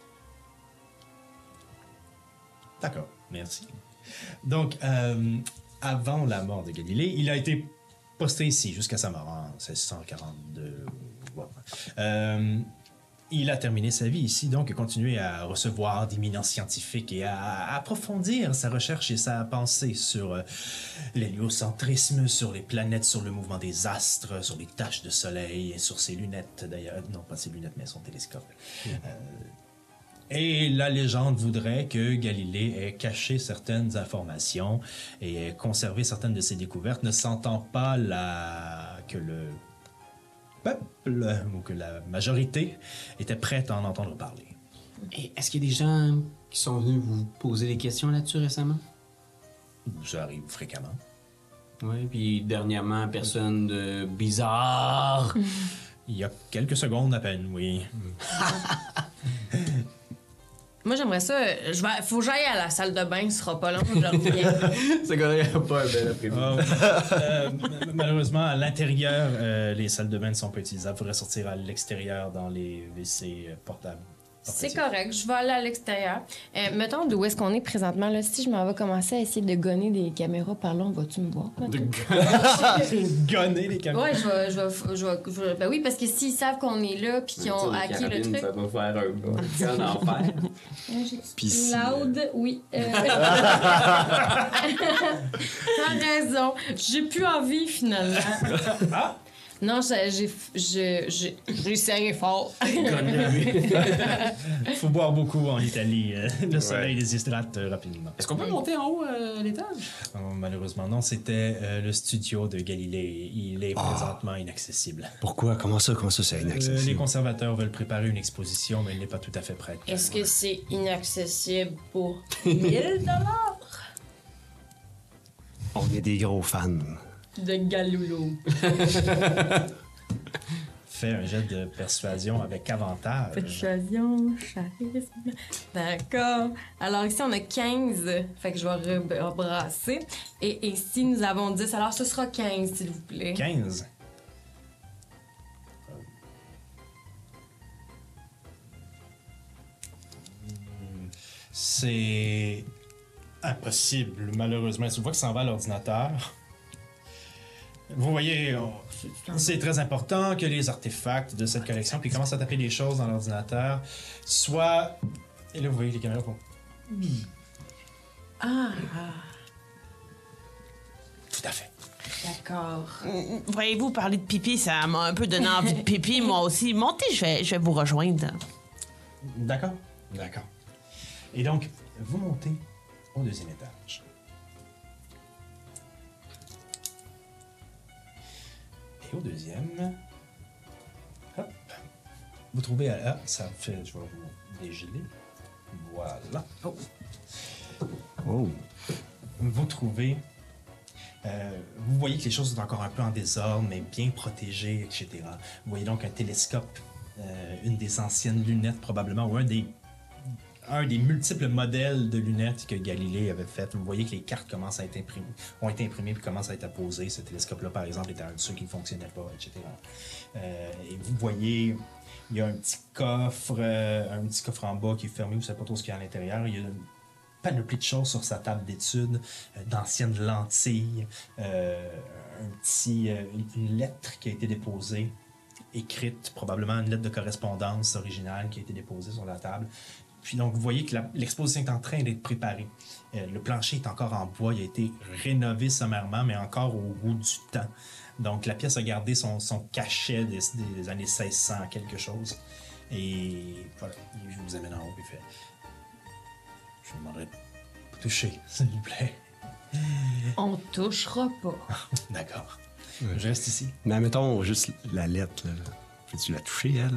D'accord, merci. Donc, euh, avant la mort de Galilée, il a été posté ici jusqu'à sa mort en seize cent quarante-deux. Ouais. Euh, il a terminé sa vie ici, donc, et continué à recevoir d'éminents scientifiques et à approfondir sa recherche et sa pensée sur euh, l'héliocentrisme, sur les planètes, sur le mouvement des astres, sur les taches de soleil, et sur ses lunettes, d'ailleurs. Non, pas ses lunettes, mais son télescope. Euh, Et la légende voudrait que Galilée ait caché certaines informations et ait conservé certaines de ses découvertes, ne sentant pas la... que le peuple ou que la majorité était prête à en entendre parler. Et est-ce qu'il y a des gens qui sont venus vous poser des questions là-dessus récemment? Ça arrive fréquemment. Oui, puis dernièrement, personne de bizarre. Il y a quelques secondes à peine, oui. Moi, j'aimerais ça... Je vais... Faut que j'aille à la salle de bain, ce sera pas long, je reviens. Ce gars-là, il a pas un bel après-midi. Euh, euh, malheureusement, à l'intérieur, euh, les salles de bain ne sont pas utilisables. Il faudrait sortir à l'extérieur dans les W C portables. C'est correct, je vais aller à l'extérieur. Euh, mettons d'où est-ce qu'on est présentement. Là, si je m'en vais commencer à essayer de gonner des caméras par là, vas-tu me voir? De Gonner les caméras. Ouais, je vais, je vais, je vais, je vais- Ben oui, parce que s'ils savent qu'on est là puis qu'ils ont acquis le truc. Ça va faire un, un enfer. Puis si, Loud, oui. Euh... T'as raison. J'ai plus envie finalement. Non, j'ai, j'ai, j'ai, j'ai, j'ai serré fort. Il faut boire beaucoup en Italie. Euh, Le soleil les hydrate euh, rapidement. Est-ce qu'on peut monter en haut euh, à l'étage? Oh, malheureusement, non. C'était euh, le studio de Galilée. Il est présentement inaccessible. pourquoi? Comment ça? Comment ça, c'est Euh, inaccessible? les conservateurs veulent préparer une exposition, mais elle n'est pas tout à fait prête. Est-ce que c'est inaccessible pour mille dollars On est des gros fans. de Galoulou? Fais un jet de persuasion avec avantage. Persuasion, charisme. D'accord. Alors ici, on a quinze. Fait que je vais re- rebrasser. Et ici, nous avons dix. Alors ce sera quinze, s'il vous plaît. quinze. C'est impossible, malheureusement. Tu vois que ça en va à l'ordinateur. Vous voyez, on- c'est très important que les artefacts de cette collection, puis il commence à taper des choses dans l'ordinateur, soit... Et là, vous voyez les caméras font... Ah, Tout à fait. d'accord. Voyez-vous, parler de pipi, ça m'a un peu donné envie de pipi, moi aussi. Montez, je vais, je vais vous rejoindre. D'accord. D'accord. Et donc, vous montez au deuxième étage. Et au deuxième, hop, vous trouvez, ah, ça fait, je vais vous dégeler. Voilà. Oh. Oh. Vous trouvez, euh, vous voyez que les choses sont encore un peu en désordre, mais bien protégées, et cetera. Vous voyez donc un télescope, euh, une des anciennes lunettes probablement, ou un des, un des multiples modèles de lunettes que Galilée avait fait. Vous voyez que les cartes commencent à être imprimées, ont été imprimées puis commencent à être apposées. Ce télescope-là, par exemple, était un de ceux qui ne fonctionnait pas, et cetera. Euh, et vous voyez, il y a un petit coffre, euh, un petit coffre en bas qui est fermé, vous ne savez pas trop ce qu'il y a à l'intérieur. Il y a une panoplie de choses sur sa table d'études, euh, d'anciennes lentilles, euh, un petit, euh, une, une lettre qui a été déposée, écrite, probablement une lettre de correspondance originale qui a été déposée sur la table. Puis donc, vous voyez que la- l'exposition est en train d'être préparée. Euh, le plancher est encore en bois, il a été rénové sommairement, mais encore au goût du temps. Donc, la pièce a gardé son, son cachet des, des années seize cents quelque chose. Et voilà, je vous amène en haut et fait... Je vous demanderai de toucher, s'il vous plaît. On touchera pas. D'accord. Je reste ici. Mais admettons juste la lettre, là. Peux-tu la toucher, elle?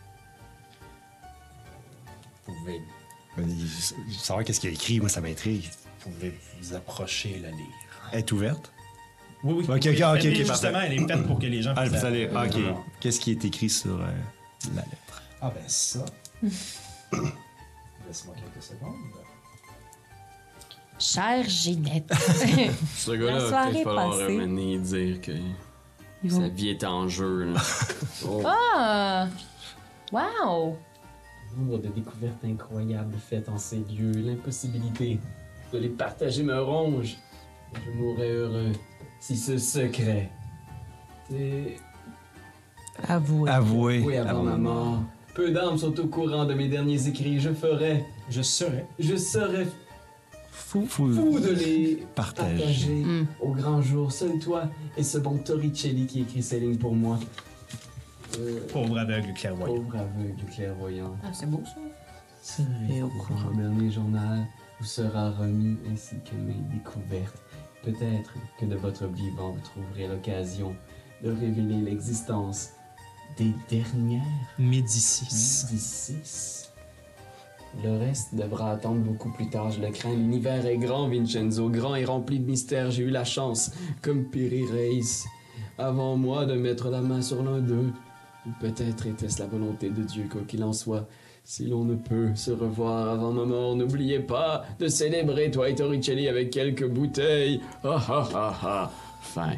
Vous pouvez, Euh, Savoir qu'est-ce qu'il y a écrit, moi, ça m'intrigue. vous pouvez vous approcher et la lire. Elle est ouverte? Oui, oui. Ok, ok, Mais ok, ok, justement, parfait. elle est faite pour que les gens Ah, puissent vous allez... la- Ok. la- Qu'est-ce qui est écrit sur euh, la lettre? Ah ben ça. Laisse-moi quelques secondes. Chère Ginette. Ce La gars-là, soirée peut-être falloir passée. revenir dire que Ils sa vont- vie est en jeu. Là. Oh. Ah! Wow! Nombre de découvertes incroyables faites en ces lieux, l'impossibilité de les partager me ronge. Je mourrais heureux si ce secret était Avouez. Avoué. oui avant ma mort. Peu d'âmes sont au courant de mes derniers écrits. Je ferais, Je serai. je serais Fou. fou de les Partage. partager Mm. au grand jour. Seul toi et ce bon Torricelli qui écrit ces lignes pour moi. Euh, Pauvre aveugle clairvoyant. pauvre aveugle clairvoyant. Ah, c'est beau ça. Serait au courant. Mon dernier journal vous sera remis ainsi que mes découvertes. Peut-être que de votre vivant vous trouverez l'occasion de révéler l'existence des dernières Médicis. Médicis. Le reste devra attendre beaucoup plus tard, je le crains. L'univers est grand, Vincenzo, grand et rempli de mystères. J'ai eu la chance, comme Piri Reis, avant moi, de mettre la main sur l'un d'eux. Ou peut-être était-ce la volonté de Dieu, quoi qu'il en soit. Si l'on ne peut se revoir avant ma mort, n'oubliez pas de célébrer toi et Torricelli avec quelques bouteilles. Ah ah ah ah. Fin.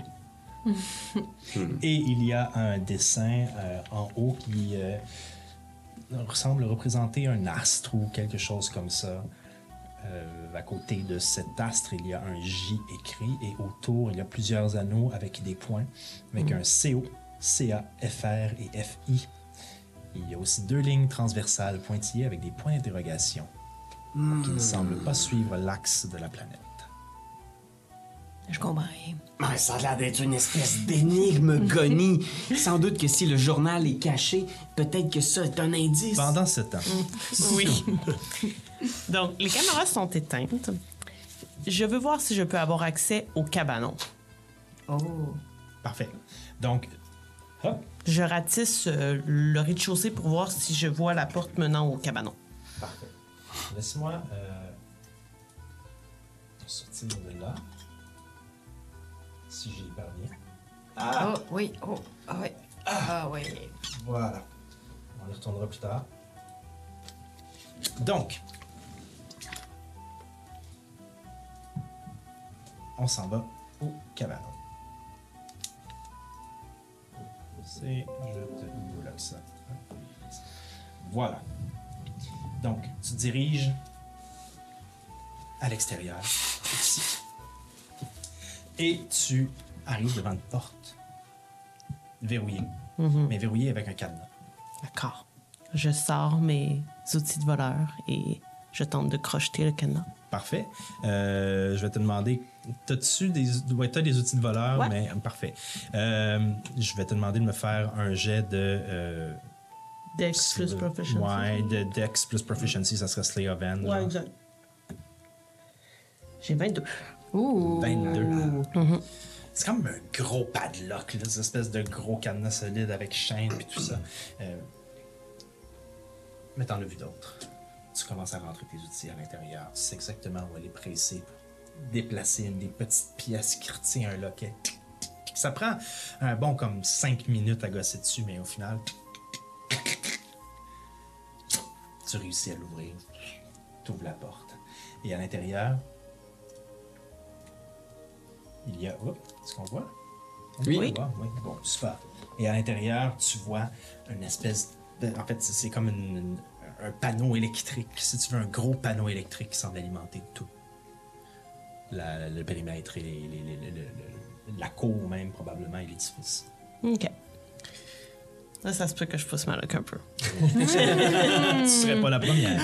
Et il y a un dessin euh, en haut qui euh, semble représenter un astre ou quelque chose comme ça. Euh, à côté de cet astre, il y a un J écrit et autour, il y a plusieurs anneaux avec des points, avec un C O, C A, F R et F I. Il y a aussi deux lignes transversales pointillées avec des points d'interrogation qui ne semblent pas suivre l'axe de la planète. Je comprends rien. Ah, ça a l'air d'être une espèce d'énigme gonie. Sans doute que si le journal est caché, peut-être que ça est un indice. Pendant ce temps, Oui. Donc, les caméras sont éteintes. Je veux voir si je peux avoir accès au cabanon. Oh. parfait. Donc, hop, Je ratisse euh, le rez-de-chaussée pour voir si je vois la porte menant au cabanon. parfait. Laisse-moi euh, sortir de là. Si j'y parviens. Ah! Oh, oui. Oh, ah oui. Ah oui. Voilà. On y retournera plus tard. Donc, on s'en va au cabanon. C'est, je te bloque ça. Voilà. Donc, tu te diriges à l'extérieur, ici. Et tu arrives devant une porte verrouillée, Mhm. mais verrouillée avec un cadenas. D'accord. Je sors mes outils de voleur et je tente de crocheter le cadenas. Parfait. Euh, je vais te demander, t'as-tu des, ouais, t'as des outils de voleur, Ouais. mais parfait. Euh, je vais te demander de me faire un jet de euh, Dex plus Proficiency. Ouais, de Dex plus Proficiency, ça serait Slay of Hand. Ouais, genre. exact. J'ai vingt-deux. Ouh. vingt-deux. C'est comme un gros padlock, là, cette espèce de gros cadenas solide avec chaîne et tout ça. Euh, mais t'en as vu d'autres. Tu commences à rentrer tes outils à l'intérieur. Tu sais exactement où aller presser pour déplacer une des petites pièces qui retient un loquet. Ça prend un bon comme cinq minutes à gosser dessus, mais au final, tu réussis à l'ouvrir. Tu ouvres la porte. Et à l'intérieur, il y a... Oh, est-ce qu'on voit? Oui. On voit, oui. Bon, super. Et à l'intérieur, tu vois une espèce... De... En fait, c'est c'est comme une- une- un panneau électrique. Si tu veux, un gros panneau électrique qui semble alimenter tout. La- le périmètre et les- les- les- les- le- la cour même, probablement, et l'édifice. OK. Là, ça se peut que je pousse Malak un peu. Tu serais pas la première.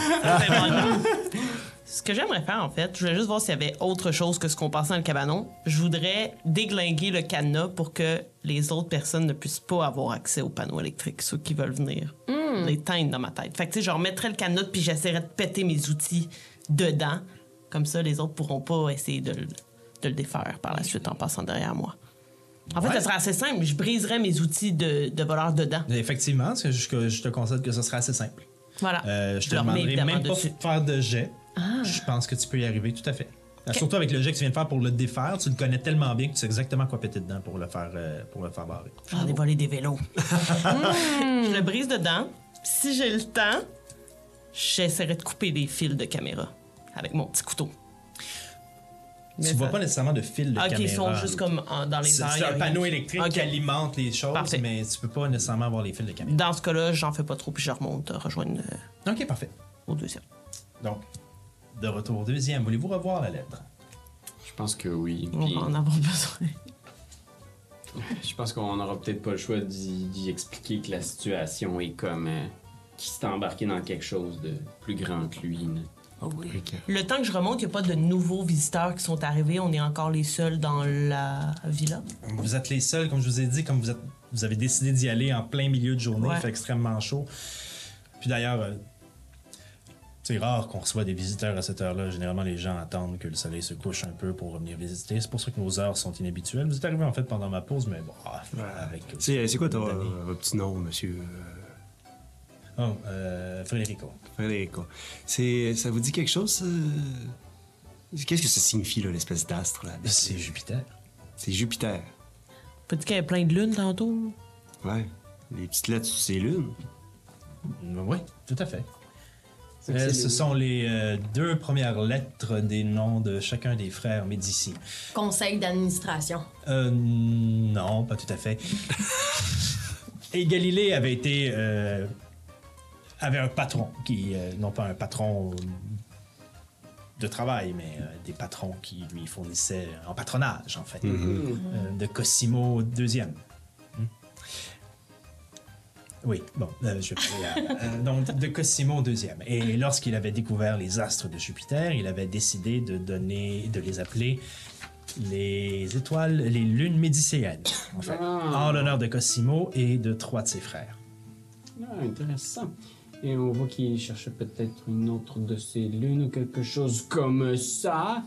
Ce que j'aimerais faire, en fait, je voulais juste voir s'il y avait autre chose que ce qu'on passait dans le cabanon. Je voudrais déglinguer le cadenas pour que les autres personnes ne puissent pas avoir accès au panneau électrique, ceux qui veulent venir l'éteindre dans ma tête. Fait que, tu sais, je remettrais le cadenas puis j'essaierais de péter mes outils dedans. Comme ça, les autres pourront pas essayer de, le- de le défaire par la suite en passant derrière moi. En fait, Ouais. ça serait assez simple. Je briserais mes outils de, de voleur dedans. Effectivement, parce que je, que je te concède que ce serait assez simple. Voilà. Euh, je te leur mets demanderai évidemment même pas dessus. de faire de jet. Je pense que tu peux y arriver tout à fait. Euh, Surtout avec le jet que tu viens de faire pour le défaire, tu le connais tellement bien que tu sais exactement quoi péter dedans pour le faire, euh, pour le faire barrer. J'en ai volé des vélos. Je le brise dedans. Si j'ai le temps, j'essaierai de couper des fils de caméra avec mon petit couteau. Mais Tu vois ça- pas nécessairement de fil de Ah, caméra. OK, ils sont juste comme en- dans les C'est airs. c'est y a un rien. panneau électrique Ok. qui alimente les choses, Parfait. mais tu peux pas nécessairement avoir les fils de caméra. Dans ce cas-là, j'en fais pas trop puis je remonte, euh, rejoindre euh, Ok, parfait. au deuxième. Donc, de retour au deuxième, voulez-vous revoir la lettre? Je pense que oui. On Puis va en avoir besoin. je pense qu'on aura peut-être pas le choix d'y d'y expliquer que la situation est comme... euh, qu'il s'est embarqué dans quelque chose de plus grand que lui. là. Oh oui. Le temps que je remonte, il n'y a pas de nouveaux visiteurs qui sont arrivés. On est encore les seuls dans la villa. Vous êtes les seuls, comme je vous ai dit, comme vous, êtes, vous avez décidé d'y aller en plein milieu de journée, Ouais. il fait extrêmement chaud. Puis d'ailleurs, euh, c'est rare qu'on reçoit des visiteurs à cette heure-là. Généralement, les gens attendent que le soleil se couche un peu pour revenir visiter. C'est pour ça que nos heures sont inhabituelles. Vous êtes arrivé en fait pendant ma pause, mais bon, ah, avec... C'est c'est quoi ton, Danny. euh, votre petit nom, monsieur Oh, euh, Frédérico. Frédérico? C'est, ça vous dit quelque chose, ça? Qu'est-ce que ça signifie, là, l'espèce d'astre, là? avec- C'est Jupiter. C'est Jupiter. Pas dit qu'il y avait plein de lunes tantôt? Ouais. Les petites lettres sur ces lunes. Oui, tout à fait. C'est que Euh, c'est ce les- sont les euh, deux premières lettres des noms de chacun des frères Médici. Conseil d'administration. Euh, non, pas tout à fait. Et Galilée avait été... euh, avait un patron, qui... euh, non pas un patron euh, de travail, mais euh, des patrons qui lui fournissaient en patronage, en fait. Euh, de Cosimo deuxième. Hmm. Oui, bon, euh, je vais parler à- euh, donc, de Cosimo deuxième. Et lorsqu'il avait découvert les astres de Jupiter, il avait décidé de donner, de les appeler les étoiles, les lunes médicéennes, en fait, Ah. en l'honneur de Cosimo et de trois de ses frères. Ah, intéressant. Et on voit qu'il cherchait peut-être une autre de ses lunes ou quelque chose comme ça.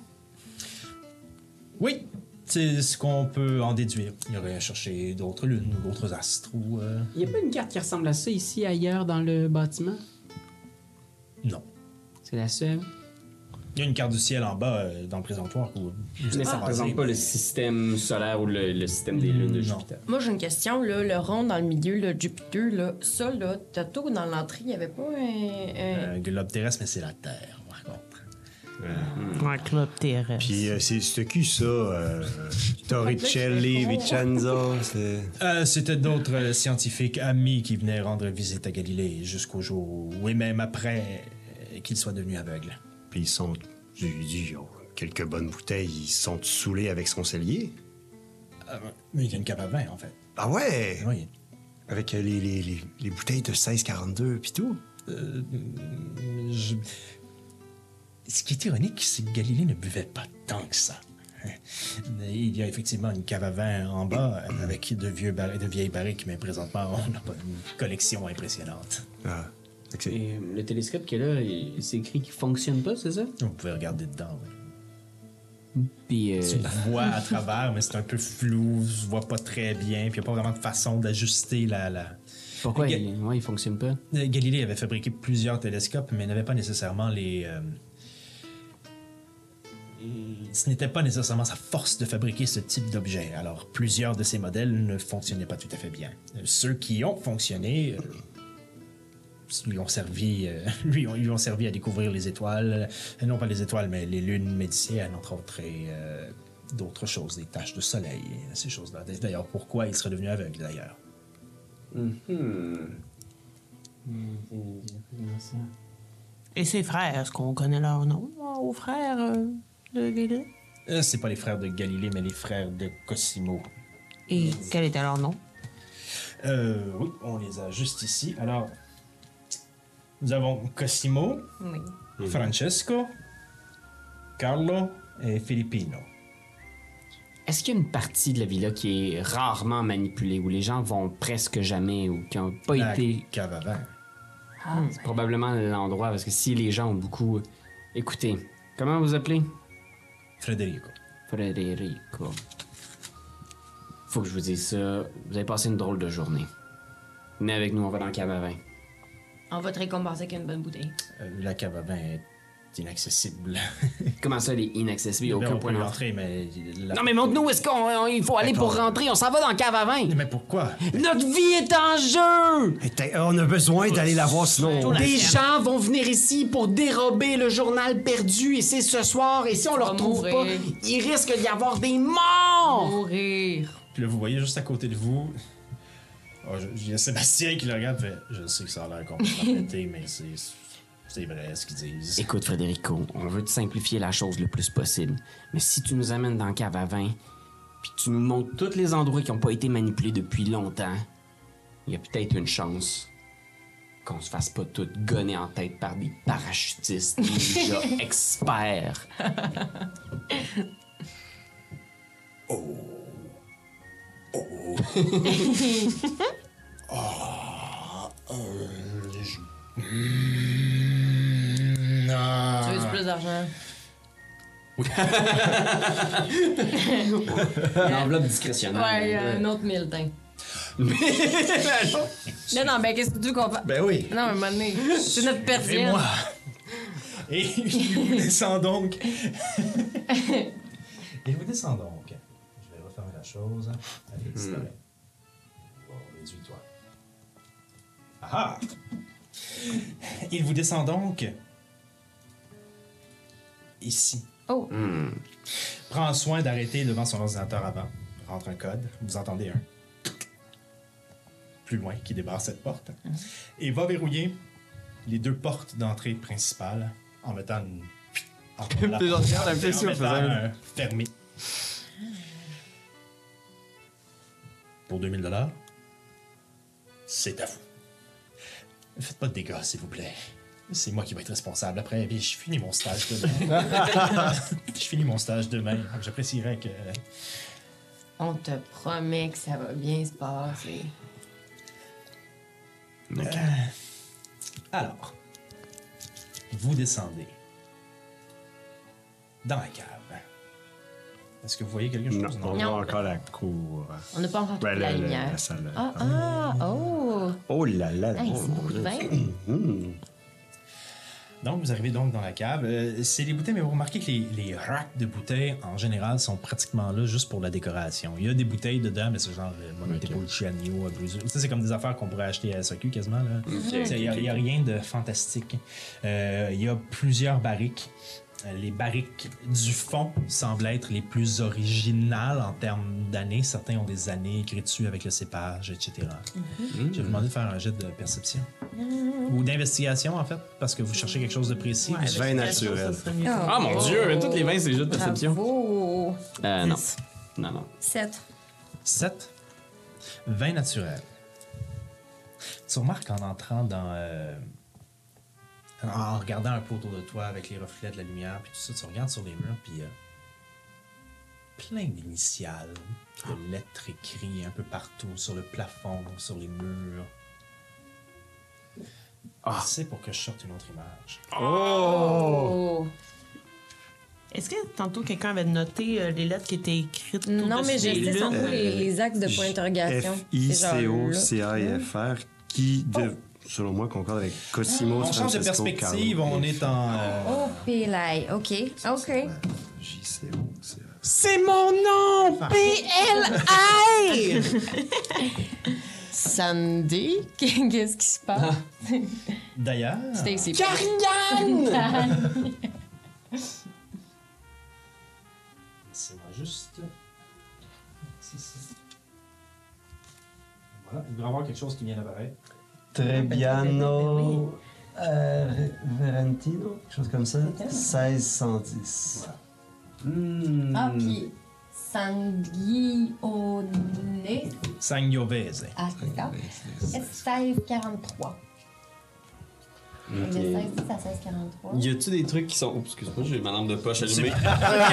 Oui, c'est ce qu'on peut en déduire. Il aurait cherché d'autres lunes ou d'autres astres ou... euh, Il n'y a pas une carte qui ressemble à ça ici, ailleurs, dans le bâtiment? Non. C'est la seule. Il y a une carte du ciel en bas euh, dans le présentoir. Où Mais ça ne représente pas le système solaire ou le, le système des lunes de Non. Jupiter. Moi, j'ai une question, là, le rond dans le milieu, le Jupiter, là, ça, là, tantôt dans l'entrée, il n'y avait pas un... un- Un globe terrestre, mais c'est la Terre, par contre. Un club terrestre. Puis euh, c'est c'est qui, ça? Euh, Torricelli, Vicenza, c'est... Euh, C'était d'autres euh, scientifiques amis qui venaient rendre visite à Galilée jusqu'au jour, oui, même après euh, qu'il soit devenu aveugle. Puis ils sont... J'ai dit, ils ont quelques bonnes bouteilles, ils sont saoulés avec son cellier. Mais il y a une cape à vin, en fait. Ah ouais? Oui. Avec euh, les, les, les, les bouteilles de seize quarante-deux puis tout. Euh, je- Ce qui est ironique, c'est que Galilée ne buvait pas tant que ça. Il y a effectivement une cave à vin en bas avec de, vieux bar- de vieilles barriques, mais présentement, on n'a pas une collection impressionnante. Ah. Fait que c'est- Et le télescope qui est là, il- c'est écrit qu'il fonctionne pas, c'est ça? Vous pouvez regarder dedans. Oui. Puis, euh, Tu vois à travers, mais c'est un peu flou, je vois pas très bien, puis il n'y a pas vraiment de façon d'ajuster la... la... pourquoi Ga- il, ouais, il fonctionne pas? Euh, Galilée avait fabriqué plusieurs télescopes, mais n'avait pas nécessairement les... euh, Ce n'était pas nécessairement sa force de fabriquer ce type d'objet. Alors, plusieurs de ces modèles ne fonctionnaient pas tout à fait bien. Euh, Ceux qui ont fonctionné euh, lui ont servi, euh, lui, ont, lui ont servi à découvrir les étoiles, euh, non pas les étoiles, mais les lunes médiciennes, entre autres, et euh, d'autres choses, des taches de soleil, et ces choses-là. D'ailleurs, pourquoi il serait devenu aveugle, d'ailleurs? Et ses frères, est-ce qu'on connaît leur nom, euh, aux frères euh, de Galilée? Euh, c'est pas les frères de Galilée, mais les frères de Cosimo. Et quel était leur nom? Euh, oui, on les a juste ici. Alors, nous avons Cosimo, Oui. Francesco, Carlo et Filippino. Est-ce qu'il y a une partie de la villa qui est rarement manipulée, où les gens vont presque jamais, ou qui n'ont pas La été... cave à vin. Ah, C'est probablement l'endroit, parce que si les gens ont beaucoup... Écoutez, comment vous appelez? Federico. Federico. Faut que je vous dise ça. Vous avez passé une drôle de journée. Venez avec nous, on va dans le cave à vin. on va te récompenser avec une bonne bouteille. Euh, la cave à vin est inaccessible. Comment ça, elle est inaccessible? Il n'y a aucun on point peut d'entrée. rentrer, mais... la- Non, mais montre-nous où est-ce qu'on il faut aller pour D'accord. rentrer. On s'en va dans le cave à vin. Mais pourquoi? Notre vie est en jeu! Hey, t'as- on a besoin d'aller la voir, sinon... la Des sienne. gens vont venir ici pour dérober le journal perdu et c'est ce soir. Et si on le vas retrouve pas, mourir. il risque d'y avoir des morts! Mourir. Puis là, vous voyez juste à côté de vous... Oh, je- il y a Sébastien qui le regarde et fait... Je sais que ça a l'air complètement pété, mais c'est... C'est vrai ce qu'ils disent. Écoute, Federico, on veut te simplifier la chose le plus possible. Mais si tu nous amènes dans le cave à vin, puis tu nous montres tous les endroits qui n'ont pas été manipulés depuis longtemps, il y a peut-être une chance qu'on se fasse pas tout gonner en tête par des parachutistes ninja experts. Tu veux du plus d'argent? L'enveloppe discrétionnaire. Ouais, euh, un autre mille, tiens. non, non, ben qu'est-ce que tu veux qu'on fasse? Ben oui. Non, à un moment donné, c'est notre persienne. moi. Et il vous descend donc. Il vous descend donc. Je vais refermer la chose. Allez, disparaît. Bon, réduis-toi. Ah! Il vous descend donc. Ici. Oh, Prends soin d'arrêter devant son ordinateur avant. Rentre un code. Vous entendez un. Plus loin qui débarre cette porte. Et va verrouiller les deux portes d'entrée principales en mettant une. En, la- Puis je regarde un peu en si on mettant faisait un- un fermé. Pour deux mille dollars, c'est à vous. Faites pas de dégâts, s'il vous plaît. C'est moi qui vais être responsable. Après, puis je finis mon stage demain. je finis mon stage demain. J'apprécierais que. on te promet que ça va bien se passer. Alors, vous descendez dans la cave. Est-ce que vous voyez quelque chose? Non, on Non. voit encore la cour. On n'a pas encore Ben, toute la la, la- lumière. la salle. Ah, ah, oh! Oh là là. Hey, c'est beaucoup de vin. Hum. Donc, vous arrivez donc dans la cave. Euh, c'est les bouteilles, mais vous remarquez que les, les racks de bouteilles, en général, sont pratiquement là juste pour la décoration. Il y a des bouteilles dedans, mais c'est genre euh, Montepulciano, Abruzzo. Ça, c'est comme des affaires qu'on pourrait acheter à S A Q quasiment. Là. Il n'y a, il y a rien de fantastique. Euh, Il y a plusieurs barriques. Euh, Les barriques du fond semblent être les plus originales en termes d'années. Certains ont des années écrites dessus avec le cépage, et cetera. Je vais vous demander de faire un jet de perception. Ou d'investigation, en fait, parce que vous cherchez quelque chose de précis. Ouais, vin avec naturel. ça serait mieux. Ah mon dieu, mais tous les vins, c'est juste de perception. Bravo! Euh, non. Non, non. sept. sept. Vin naturel. Tu remarques en entrant dans... euh, en regardant un peu autour de toi avec les reflets de la lumière, puis tout ça, tu regardes sur les murs, puis... euh, plein d'initiales, de lettres écrites un peu partout, sur le plafond, sur les murs. Ah. C'est pour que je sorte une autre image. Oh! Est-ce que tantôt quelqu'un avait noté euh, les lettres qui étaient écrites? Non, mais je sais lunes? sont où les, les axes de point d'interrogation. F I C O C A là. F R qui, de, selon moi, concorde avec Cosimo, On change de Francesco, perspective, Carlo. on est en... euh, Oh, Pilay. OK. OK. J C O C A. C'est mon nom! P L I! Sandy, qu'est-ce qui se passe? D'ailleurs... Stacy. C'est juste... C'est ça. Voilà, il devrait y avoir quelque chose qui vient d'apparaître. Trebbiano euh, Verentino, quelque chose comme ça. seize cent dix. Hmm. Ah, puis Sanguione. Sangiovese. Ah, c'est ça. seize quarante-trois. Le Ok. seize dix à seize quarante-trois. Y a-tu des trucs qui sont. Oh, excuse-moi, j'ai ma lampe de poche allumée. On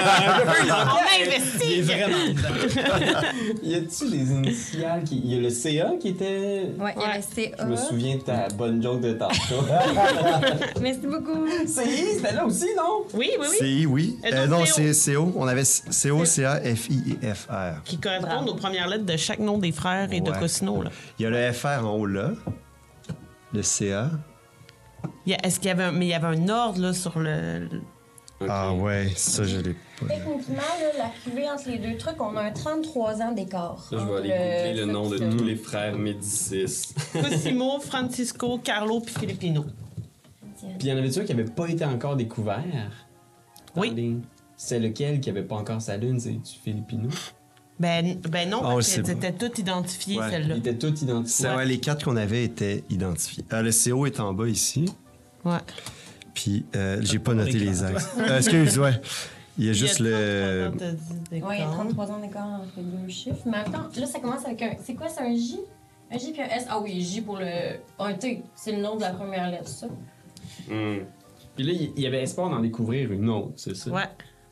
a investi! Il est vraiment dedans. Y a-tu des initiales qui. Y a le C A qui était. Ouais, il y avait C Je me A. souviens de ta bonne joke de tantôt. Merci beaucoup. C I, c'était là aussi, non? Oui, oui, oui. C I, oui. Et Euh, donc, non, C O. c'est C O. On avait C O, C A, F I et F R. Qui correspondent aux premières lettres de chaque nom des frères et de Ouais. Cosino. Là. Il y a le F R en haut là. Le C A. Il y a- Est-ce qu'il y avait un, mais il y avait un ordre là, sur le. le- Ok. Ah ouais, ça, je l'ai pas. Techniquement, là, la cuvée entre les deux trucs, on a un trente-trois ans d'écart. Ça, je vais aller googler le nom de tous les frères Médicis. Cosimo, Francisco, Carlo puis Filippino. Puis y en avait-tu un qui avait pas été encore découvert? Oui. Attendez. C'est lequel qui avait pas encore sa lune? C'est-tu Filipino? Ben, ben non, Ah, parce c'est qu'elles bon. étaient toutes identifiées, Ouais. celles-là. Ils étaient tous identifiés. C'est- ouais, les quatre qu'on avait étaient identifiés. Euh, le C O est en bas ici. Ouais. Puis euh, j'ai pas pas noté l'écran, les toi. axes. Euh, excuse, ouais. Il y a juste Il y a le. trente-trois ans, t'as dit, d'accord. Oui, il y a trente-trois ans d'écart entre les deux chiffres. Mais attends, là, ça commence avec un. C'est quoi, c'est un J? Un J puis un S? Ah oui, J pour le. Un T. C'est le nom de la première lettre, ça. Hmm. Puis là, il y avait espoir d'en découvrir une autre, c'est ça? Ouais.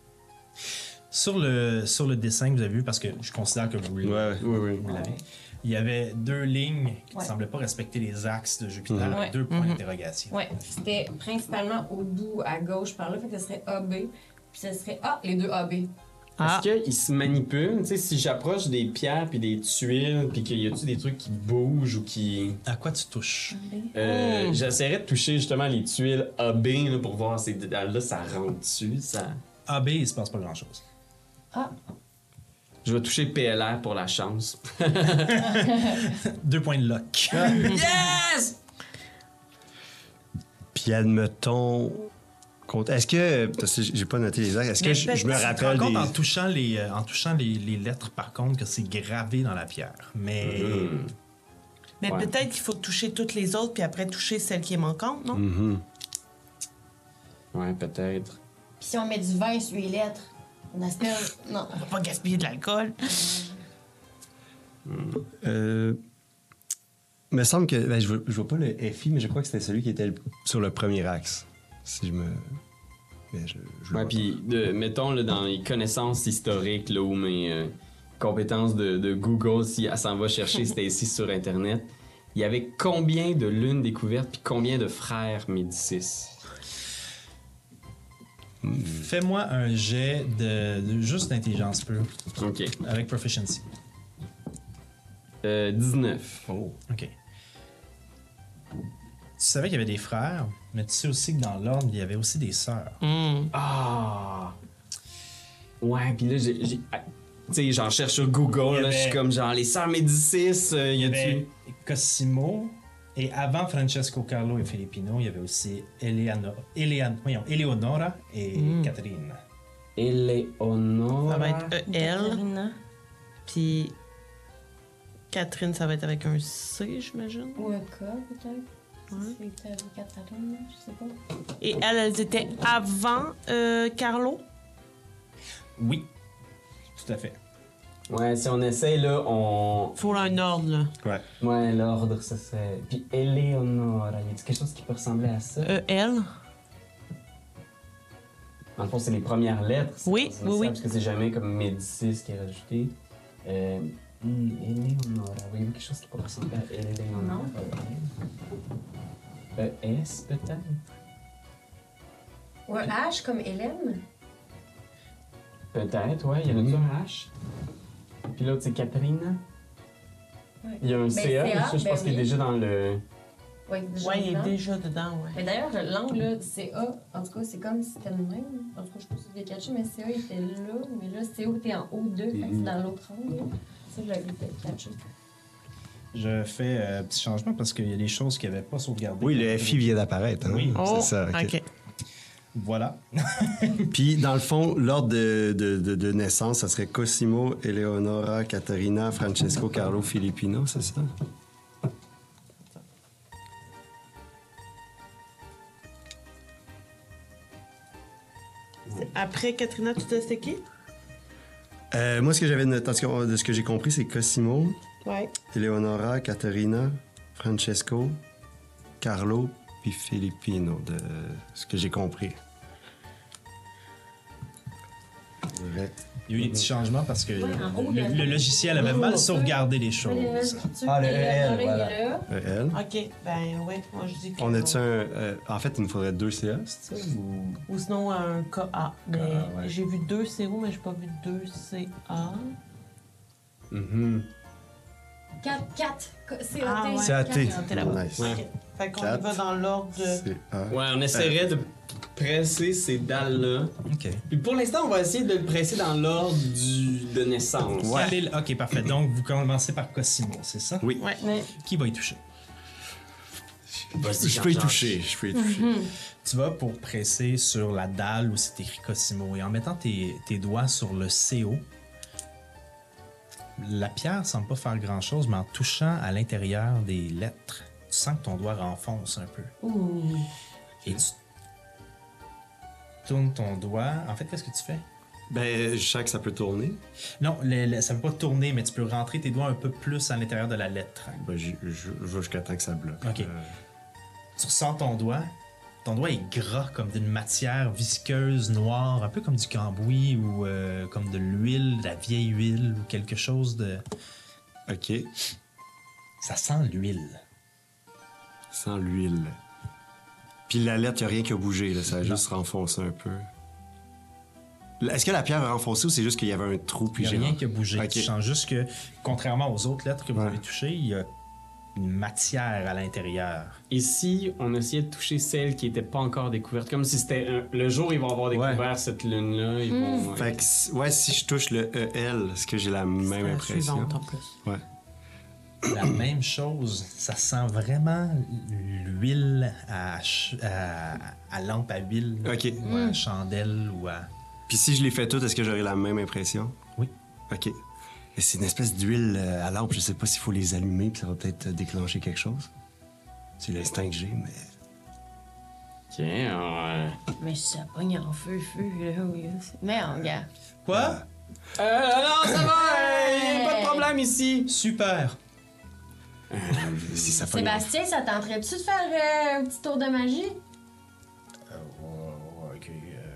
Sur le, sur le dessin que vous avez vu, parce que je considère que vous, Ouais, ouais. Oui, oui. vous l'avez, il y avait deux lignes qui ne Ouais. semblaient pas respecter les axes de Jupiter, Mhm. avec deux points Mhm. d'interrogation. Ouais, c'était principalement au bout à gauche par là, fait que ce serait A B. Puis ce serait Ah, les deux A B. Ah. Est-ce qu'ils se manipulent? Tu sais, si j'approche des pierres puis des tuiles, puis qu'il y a-tu des trucs qui bougent ou qui. À quoi tu touches? Euh, Mm. J'essaierais de toucher justement les tuiles A B là, pour voir si là, ça rentre dessus. Ça... A B, il se passe pas grand-chose. Ah, Je vais toucher P L R pour la chance. Deux points de lock. Yes! Puis admettons. compte- Est-ce que. Parce que j'ai pas noté les axes. Est-ce que Mais je, je me peut-être- Tu te rends rappelle compte des. en touchant, les, euh, en touchant les, les lettres, par contre, que c'est gravé dans la pierre. Mais Hmm. Mais Ouais. peut-être qu'il faut toucher toutes les autres, puis après toucher celle qui est manquante, non? Mhm. Ouais, peut-être. puis si on met du vin sur les lettres, on aspire. Non. On va pas gaspiller de l'alcool. Euh. Il me semble que. Ben, je, vois, je vois pas le F I, mais je crois que c'était celui qui était le- sur le premier axe. Si je me. Mais je, je le Ouais, vois puis de- mettons là, dans les connaissances historiques là, ou mes euh, compétences de, de Google, si elle s'en va chercher Stacy sur Internet, il y avait combien de lunes découvertes puis combien de frères Médicis? fais-moi un jet de, de juste d'intelligence pure, Ok. avec proficiency. Euh, dix-neuf. Oh. OK. Tu savais qu'il y avait des frères, mais tu sais aussi que dans l'ordre, il y avait aussi des sœurs. Hum. Ah! Ouais, puis là, j'ai. j'ai- ah, tu sais, j'en cherche sur Google, Il y là, je suis avait- comme genre les sœurs Médicis, euh, Il y y avait a-tu. Cosimo, et avant Francesco, Carlo et Filippino, il y avait aussi Eleano- Elean- voyons, Eleonora et Mm. Catherine. Eleonora. Ça va être E L, Catherine. puis Catherine, ça va être avec un C, j'imagine. Ou un K, peut-être. Ouais. C'était avec Catherine, je sais pas. Et elles, elles étaient avant euh, Carlo. Oui, tout à fait. Ouais, si on essaye, là, on. Faut un ordre, là. Ouais. Ouais, l'ordre, ça c'est. Puis Eleonora, y a quelque chose qui peut ressembler à ça? E L. Dans le fond, c'est les premières lettres. c'est Oui, pas ça, oui, oui. Parce que c'est jamais comme Médicis qui est rajouté. Euh, hmm, Eleonora. Voyez-vous quelque chose qui pourrait ressembler à Eleonora? Non. Euh, S, peut-être? Ou un H comme Hélène? Peut-être, ouais. Il y en a Mhm. un H. Puis l'autre, c'est Catherine. Ouais. Il y a un Ben, C A, C A, ça, je ben pense qu'il est oui. déjà dans le... Ouais, déjà Ouais, il est dedans. déjà dedans, ouais. Mais d'ailleurs, l'angle, là, C A, en tout cas, c'est comme si c'était le même. En tout cas, je sais pas si vous l'avez catché, mais C A était là, mais là, C O était en haut deux, fait que c'est dans l'autre angle. Ça, je l'avais peut-être catché. Je fais euh, un petit changement parce qu'il y a des choses qui n'avaient pas sauvegardé. Oui, le F I vient d'apparaître. Hein? Oui. Oh, C'est ça. ok. OK. Voilà. Puis, dans le fond, l'ordre de, de, de, de naissance, ça serait Cosimo, Eleonora, Caterina, Francesco, Carlo, Filippino, c'est ça? Après, Katrina, tu t'es c'était qui? Euh, moi, ce que j'avais noté, en tout cas, de ce que j'ai compris, c'est Cosimo, Ouais. Eleonora, Caterina, Francesco, Carlo, puis Filippino, de ce que j'ai compris. Ouais. Il y a eu des petits changements parce que Ouais, en haut, le, il y a- le logiciel avait mal sauvegardé les choses. Ah, le E L, il est voilà. là. Euh, elle. OK, ben ouais, moi je dis que... On a-tu un. euh, en fait, il nous faudrait deux C A, c'est ça? Ou... Ou sinon un K A. Mais K A, ouais. j'ai vu deux C O, mais j'ai pas vu deux C A. Mhm. quatre, quatre. C A T. Ah, ouais. C A T. T'es là-bas. Nice. OK. Fait qu'on y Quatre. va dans l'ordre de... C A. Ouais, on essaierait de presser ces dalles-là. OK. Puis pour l'instant, on va essayer de le presser dans l'ordre du... de naissance. Ouais. Quel est le- OK, parfait. Donc, vous commencez par Cosimo, c'est ça? Oui. Ouais. Qui va y toucher? Vas-y, Je peux y Jean-Jacques. toucher, je peux y toucher. Tu vas pour presser sur la dalle où c'est écrit Cosimo et en mettant tes, tes doigts sur le C O, la pierre semble pas faire grand-chose, mais en touchant à l'intérieur des lettres, tu sens que ton doigt renfonce un peu. Ouh. Et tu tournes ton doigt. En fait, qu'est-ce que tu fais? Ben, je sens que ça peut tourner. Non, le- le- ça ne peut pas tourner, mais tu peux rentrer tes doigts un peu plus à l'intérieur de la lettre. Ben, je, je, je vais jusqu'à temps que ça bloque. Ok. Euh, Tu ressors ton doigt. Ton doigt est gras comme d'une matière visqueuse, noire, un peu comme du cambouis ou euh, comme de l'huile, de la vieille huile ou quelque chose de... OK. Ça sent l'huile. Sans l'huile. Puis la lettre, il n'y a rien qui a bougé, là. Ça a juste renfoncé un peu. Est-ce que la pierre a renfoncé ou c'est juste qu'il y avait un trou Il puis n'y a j'ai... rien qui a bougé. Ok. Tu sens juste que, contrairement aux autres lettres que vous Ouais. avez touchées, il y a une matière à l'intérieur. Et si on essayait de toucher celle qui n'était pas encore découverte, comme si c'était un- le jour où ils vont avoir découvert Ouais. cette lune-là, ils vont. ouais. Fait que, si- ouais, si je touche le E L, est-ce que j'ai la même la impression? suivante en plus. Ouais. La même chose, ça sent vraiment l'huile à, ch- à, à lampe à huile, Ok. ou à chandelle, ou à... Puis si je les fais toutes, est-ce que j'aurai la même impression? Oui. OK. Et c'est une espèce d'huile euh, à lampe. Je sais pas s'il faut les allumer, puis ça va peut-être déclencher quelque chose. C'est l'instinct que j'ai, mais... Ok, euh... Mais ça pogne en feu, feu, là. Oui. Merde, gars. Quoi? euh, non, ça va! Il n'y a pas de problème ici! Super! Si ça fait... Sébastien, ça tenterait-tu de faire euh, un petit tour de magie? ok.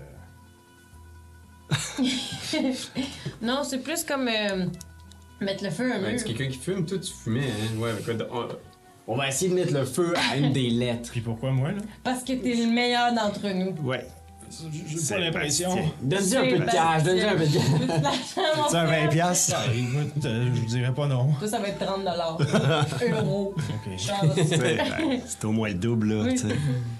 Non, c'est plus comme euh, mettre le feu à un Ben, mur. tu quelqu'un qui fume, toi tu fumais, hein? Ouais, mais quoi, de- on, on va essayer de mettre le feu à une des lettres. Puis pourquoi moi, là? Parce que t'es le meilleur d'entre nous. Ouais. J'ai C'est pas l'impression. Donne-lui un peu de cash, donne-lui un peu de cash. C'est un vingt piastres? Ah, écoute, euh, je vous dirais pas non. Toi, ça va être trente dollars. Euros. Ok. Genre, C'est ben, c'est au moins le double, là, Oui. tu sais.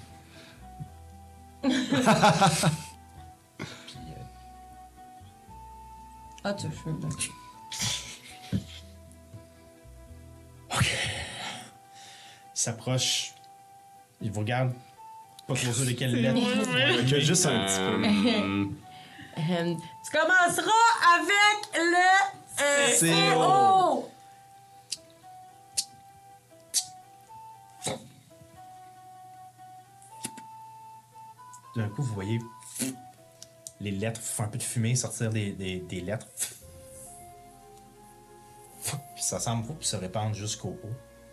Ah, tu fumes. Il s'approche. Il vous regarde. Pas trop sûr de quelle lettre. Ok, juste un petit peu. Euh, Euh, tu commenceras avec le euh, C C O. O. D'un coup, vous voyez les lettres, un peu de fumée sortir des, des, des lettres. Puis ça semble puis se répandre jusqu'au haut.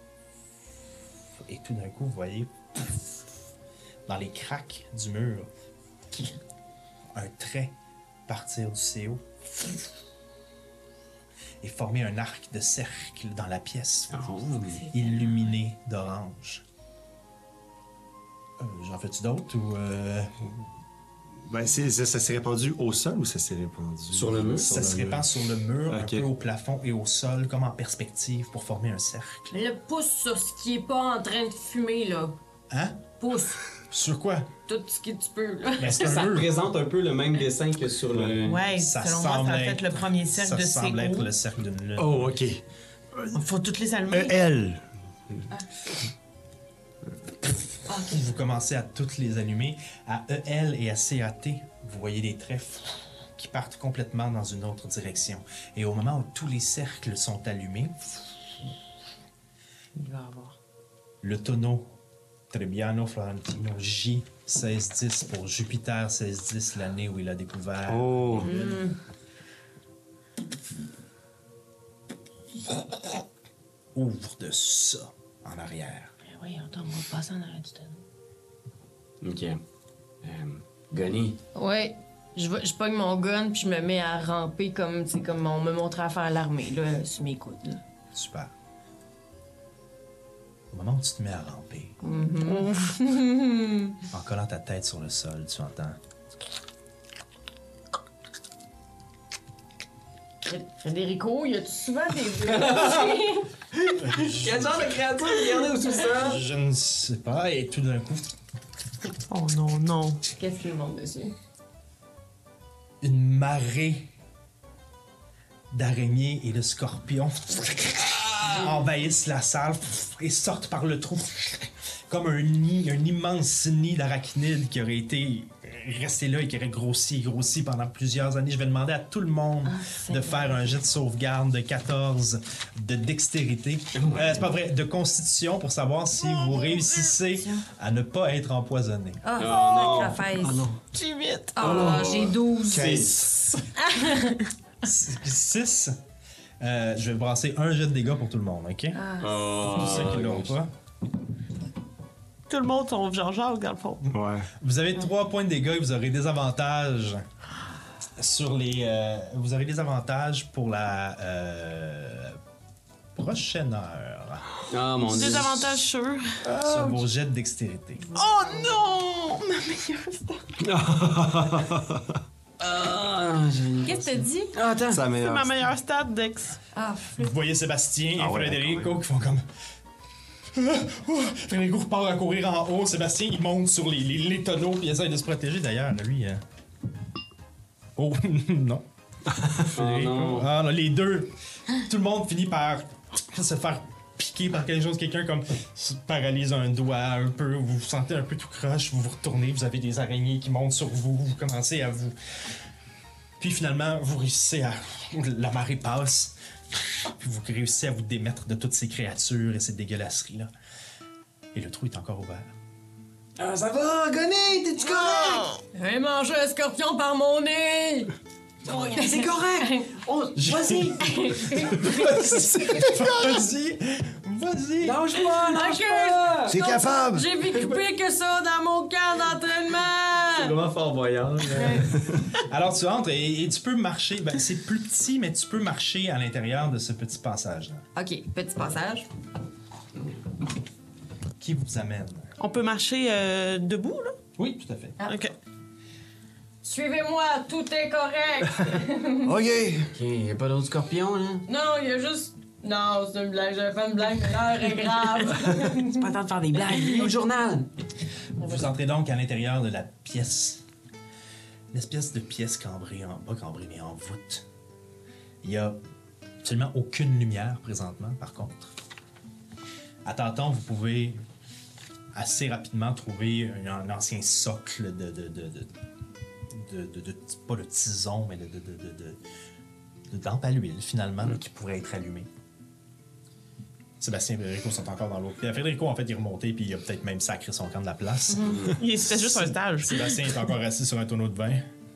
Et tout d'un coup, vous voyez dans les craques du mur un trait partir du C O et former un arc de cercle dans la pièce, Oh. illuminé d'orange. Euh, J'en fais-tu d'autres ou... euh, Ben, c'est, ça, ça s'est répandu au sol ou ça s'est répandu... Sur le mur? Ça se répand sur le mur, Ok. un peu au plafond et au sol, comme en perspective pour former un cercle. Le pouce sur ce qui est pas en train de fumer, là. Hein? Pouce. Sur quoi? Tout ce que tu peux, là. Ben, Est-ce c'est que un ça mur. représente un peu le même dessin que sur le... Ouais, Ça selon moi, semble ça a fait être- le premier cercle ça de semble être C O. le cercle d'une lune. Oh, OK. Faut toutes les allumer. E L. Vous commencez à toutes les allumer. À E L et à C A T, vous voyez des traits qui partent complètement dans une autre direction. Et au moment où tous les cercles sont allumés, Il va avoir. le tonneau Trebbiano Florentino J seize dix pour Jupiter seize dix, l'année où il a découvert. Oh. Ouvre de ça en arrière. Oui, attends, on va passer en arrière du tonneau. Ok. Euh, Gunny, Ouais. Je, vais- je pogne mon gun puis je me mets à ramper comme, c'est comme on me montrait à faire l'armée, là, sur mes coudes, là. Super. Au moment où tu te mets à ramper, en collant ta tête sur le sol, tu entends. Fred- Federico, y a-tu souvent des quel genre de créature regardez au sous-sol? Je ne sais pas, et tout d'un coup, Oh non, non. Qu'est-ce qu'il monte dessus? une marée d'araignées et de scorpions envahissent la salle et sortent par le trou comme un nid, un immense nid d'arachnides qui aurait été resté là et qui aurait grossi, grossi pendant plusieurs années. Je vais demander à tout le monde de faire un jet de sauvegarde de quatorze de dextérité. Euh, c'est pas vrai, de constitution pour savoir si vous réussissez à ne pas être empoisonné. Ah, non. sacrifice. J'ai vite. Ah, j'ai douze. six. six. Euh, je vais brasser un jet de dégâts pour tout le monde, ok? Oh, Pour ceux qui l'ont pas. Tout le monde sont Jean-Jacques, dans le fond. Ouais. Vous avez trois points de dégâts et vous aurez des avantages sur les. euh, vous aurez des avantages pour la euh, prochaine heure oh mon dieu. Des avantages sûrs. sur vos jets de dextérité. Oh non! Ma meilleure stat. Ah, j'ai- Qu'est-ce que t'as dit? Ah, attends. Ça C'est meilleure. ma meilleure stat, Dex. Ah, Vous voyez Sébastien Ah et ouais, Federico qui font comme. Federico repart à courir en haut. Sébastien, il monte sur les, les, les tonneaux puis il essaie de se protéger d'ailleurs. Lui. euh. Oh, non. Federico. non. Ah, non, les deux. Tout le monde finit par se faire piquer par quelque chose. Quelqu'un comme se paralyse un doigt un peu. Vous vous sentez un peu tout croche. Vous vous retournez. Vous avez des araignées qui montent sur vous. Vous commencez à vous. Puis finalement, vous réussissez à. La marée passe. Puis vous réussissez à vous démettre de toutes ces créatures et ces dégueulasseries-là. Et le trou est encore ouvert. Ah, ça va, Gunny, t'es-tu correct? j'ai mangé un scorpion par mon nez! C'est correct. Oh, vas-y. Vas-y! Vas-y! Lâche pas, lâche Ok. pas. C'est capable! J'ai vécu pire que ça dans mon camp d'entraînement! Vraiment fort voyage. Alors tu entres et, et tu peux marcher. Ben, c'est plus petit, mais tu peux marcher à l'intérieur de ce petit passage-là. Ok, petit passage. Qui vous amène? On peut marcher euh, debout, là? Oui, tout à fait. OK. Suivez-moi, tout est correct! OK. Ok, y'a pas d'autres scorpions, là? Non, il y a juste. Non, c'est une blague, j'avais fait une blague, mais l'heure est grave. C'est pas le temps de faire des blagues. Lis le journal. Vous entrez donc à l'intérieur de la pièce. Une espèce de pièce cambrée, en, pas cambrée, mais en voûte. Il y a absolument aucune lumière présentement, par contre. À tâtons, vous pouvez assez rapidement trouver un, un ancien socle de, de, de, de, de, de- de- pas de tison, mais de, de, de, de, de- de lampe à l'huile, finalement, là, qui pourrait être allumé. Sébastien et Federico sont encore dans l'autre. Puis Federico, en fait, il est remonté, puis il a peut-être même sacré son camp de la place. Il- C'était juste un stage. Sébastien est encore assis sur un tonneau de vin.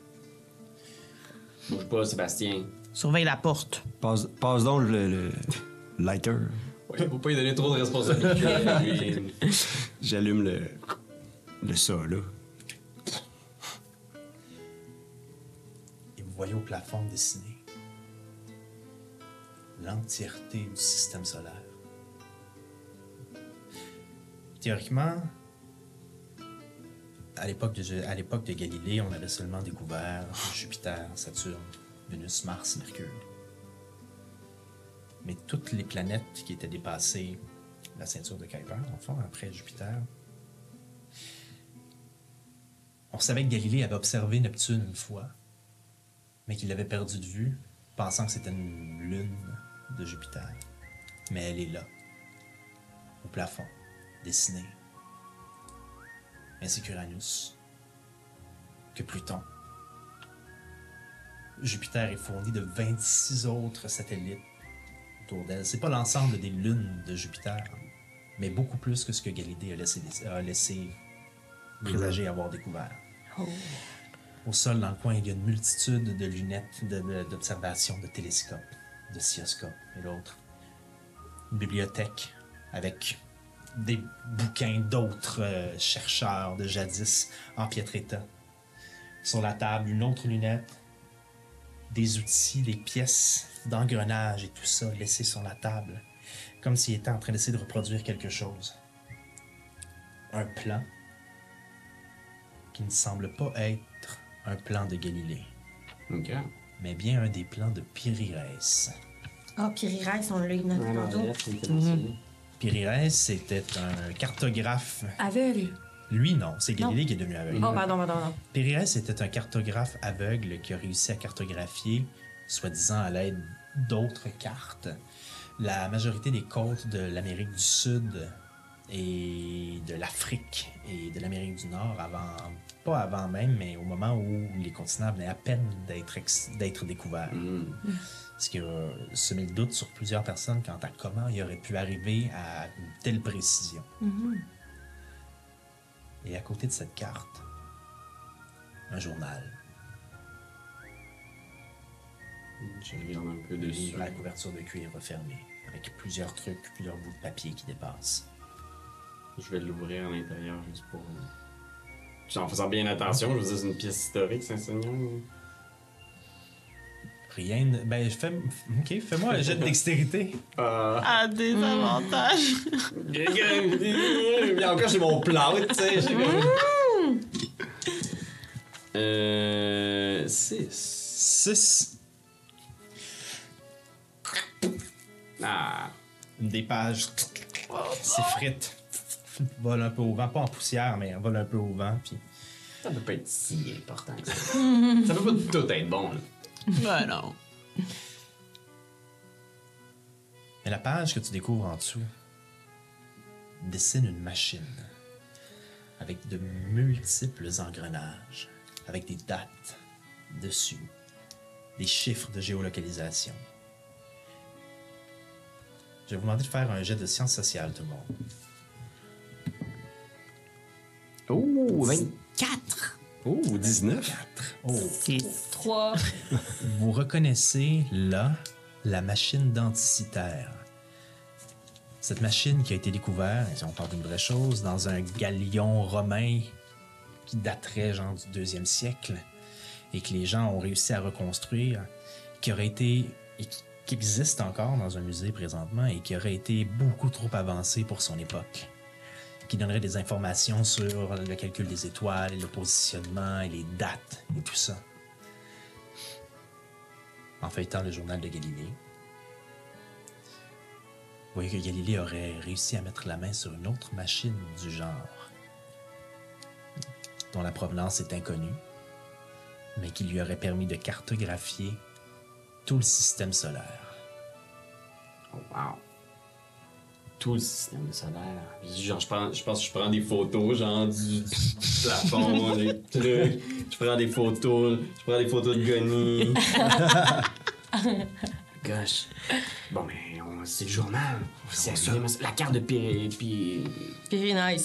Bouge pas, Sébastien. Surveille la porte. Passe, passe donc le, le lighter. Ouais, faut pas lui donner trop de responsabilités. J'allume le. le ça, là. voyez au plafond dessiné l'entièreté du système solaire. Théoriquement, à l'époque de, à l'époque de Galilée, on avait seulement découvert Jupiter, Saturne, Vénus, Mars, Mercure. Mais toutes les planètes qui étaient dépassées la ceinture de Kuiper, en fond, après Jupiter, on savait que Galilée avait observé Neptune une fois, mais qu'il l'avait perdu de vue, pensant que c'était une lune de Jupiter. Mais elle est là, au plafond, dessinée. Ainsi qu'Uranus, que Pluton. Jupiter est fourni de vingt-six autres satellites autour d'elle. C'est pas l'ensemble des lunes de Jupiter, mais beaucoup plus que ce que Galilée a laissé, a laissé présager avoir découvert. Oh. Au sol, dans le coin, il y a une multitude de lunettes de- de- d'observation, de télescopes, de oscilloscopes et l'autre. Une bibliothèque avec des bouquins d'autres euh, chercheurs de jadis en piètre état. Sur la table, une autre lunette, des outils, des pièces d'engrenage et tout ça laissés sur la table, comme s'il était en train d'essayer de reproduire quelque chose. Un plan qui ne semble pas être un plan de Galilée, OK. mais bien un des plans de Pyrrhès. Ah, Piri Rice, on l'a eu notre Alors, tantôt. là, c'est intéressant. Pyrrhès, c'était un cartographe. Aveugle. Lui, non, c'est Galilée Non. qui est devenu aveugle. Oh, pardon, pardon, pardon. Pyrrhès était un cartographe aveugle qui a réussi à cartographier, soi-disant à l'aide d'autres cartes, la majorité des côtes de l'Amérique du Sud et de l'Afrique et de l'Amérique du Nord avant, pas avant même, mais au moment où les continents venaient à peine d'être ex- d'être découverts. Mm. Ce qui a semé le doute sur plusieurs personnes quant à comment il aurait pu arriver à une telle précision. Et à côté de cette carte, un journal. Je regarde un peu Le dessus. livre à la couverture de cuir refermée, avec plusieurs trucs, plusieurs bouts de papier qui dépassent. Je vais l'ouvrir à l'intérieur juste pour. Puis en faisant bien attention, je veux dire, c'est une pièce historique, Saint-Seigneur. Rien de... Ben, je fais... OK, fais-moi un jet de dextérité. Euh. À des avantages. Puis encore, j'ai mon plat, tu sais. j'ai comme- Euh. six. six. Ah. Une des pages s'effrite. Vole un peu au vent, pas en poussière, mais vole un peu au vent, puis... Ça peut pas être si important que ça. Ça peut pas tout être bon, là. Ben non. Mais la page que tu découvres en dessous dessine une machine avec de multiples engrenages, avec des dates dessus, des chiffres de géolocalisation. Je vais vous demander de faire un jet de sciences sociales, tout le monde. Oh, vingt-quatre! Oh, dix-neuf. Oh, Trois. vous reconnaissez là la machine d'Anticythère. Cette machine qui a été découverte, et si on parle d'une vraie chose, dans un galion romain qui daterait genre du deuxième siècle et que les gens ont réussi à reconstruire, qui aurait été et qui, qui existe encore dans un musée présentement et qui aurait été beaucoup trop avancé pour son époque, qui donnerait des informations sur le calcul des étoiles, le positionnement et les dates et tout ça. En feuilletant le journal de Galilée, vous voyez que Galilée aurait réussi à mettre la main sur une autre machine du genre, dont la provenance est inconnue, mais qui lui aurait permis de cartographier tout le système solaire. Oh, wow. Tout le système solaire. Genre, je, prends, je pense que je prends des photos, genre, du, du plafond, des trucs. Je prends des photos, je prends des photos de Gonnie. Gosh. Bon, mais on- c'est le journal. C'est ça. La carte de Piri... Piri... Piri Nice.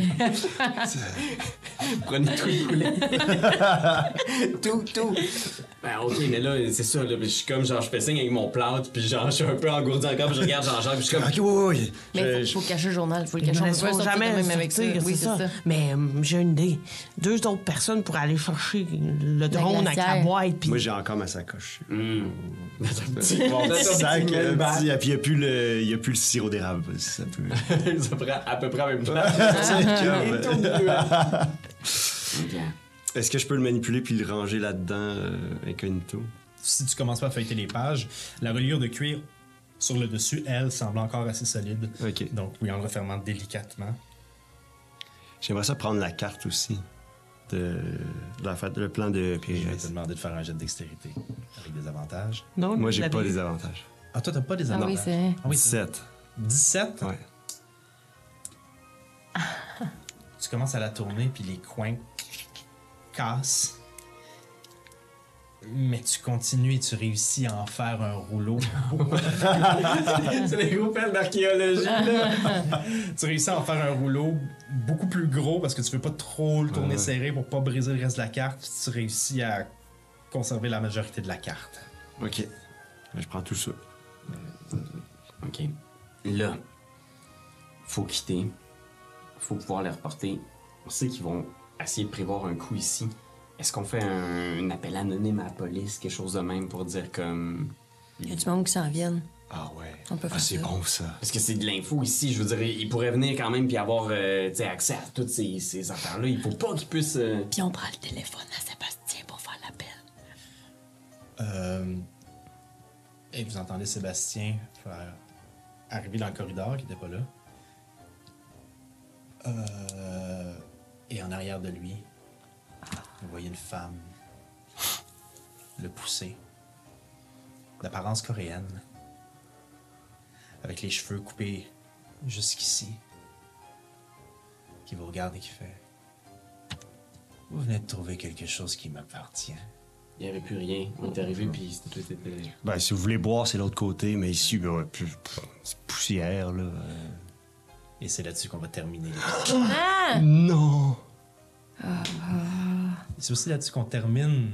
Prenez tout le poulet. tout, tout. Ben ok, mais là, c'est ça, là, je suis comme genre, je fais signe avec mon plâtre, puis genre, je suis un peu engourdi encore, puis je regarde Jean-Jacques, puis je suis comme... Ok, oui, oui. Mais il Je- faut, faut cacher le journal, faut le Ils cacher. ne On peut pas laisseront sortir jamais quand même avec ça. sortir, Oui, c'est ça. Mais euh, j'ai une idée. Deux autres personnes pour aller chercher le drone avec la glacière. boîte. Puis Moi, j'ai encore ma sacoche. Hmm. Mon petit sac, euh, petit, et puis il n'y a, plus le- y a plus le sirop d'érable, si ça peut. Ça prend à peu près en même temps. C'est comme- Ok. Est-ce que je peux le manipuler puis le ranger là-dedans, euh, incognito? Si tu commences pas à feuilleter les pages, la reliure de cuir sur le dessus, elle, semble encore assez solide. Ok. Donc, oui, en le refermant délicatement. J'aimerais ça prendre la carte aussi. De, de la fête, le plan de Je vais Pérez. te demander de faire un jet de dextérité avec des avantages. non, Moi, je j'ai l'avais- pas des avantages. Ah, toi, t'as pas des Ah avantages? oui, c'est... Ah oui, c'est dix-sept. dix-sept? Ouais. Tu commences à la tourner, puis les coins cassent. Mais tu continues et tu réussis à en faire un rouleau. C'est les gros fans d'archéologie, là. Tu réussis à en faire un rouleau beaucoup plus gros parce que tu veux pas trop le tourner Ouais. serré pour pas briser le reste de la carte. Puis tu réussis à conserver la majorité de la carte. Ok. Ben, je prends tout ça. OK. Là, faut quitter. Faut pouvoir les reporter. On sait qu'ils vont essayer de prévoir un coup ici. Est-ce qu'on fait un, un appel anonyme à la police, quelque chose de même pour dire comme... Il y a du monde qui s'en viennent. Ah ouais. On peut Ah, faire c'est ça. bon, ça. Parce que c'est de l'info ici, je veux dire, ils pourraient venir quand même puis avoir euh, tu sais, accès à toutes ces, ces affaires-là. Il faut pas qu'ils puissent... euh, Puis on prend le téléphone à Sébastien pour faire l'appel. Euh, et vous entendez Sébastien faire arriver dans le corridor qui n'était pas là. Euh, et en arrière de lui, vous voyez une femme le pousser, d'apparence coréenne, avec les cheveux coupés jusqu'ici, qui vous regarde et qui fait « Vous venez de trouver quelque chose qui m'appartient. » Il n'y avait plus rien. On est arrivé puis c'était tout était... Ben, si vous voulez boire, c'est l'autre côté, mais ici, ben, ouais, plus- pff, c'est poussière, là. euh. Et c'est là-dessus qu'on va terminer. Non! C'est aussi là-dessus qu'on termine.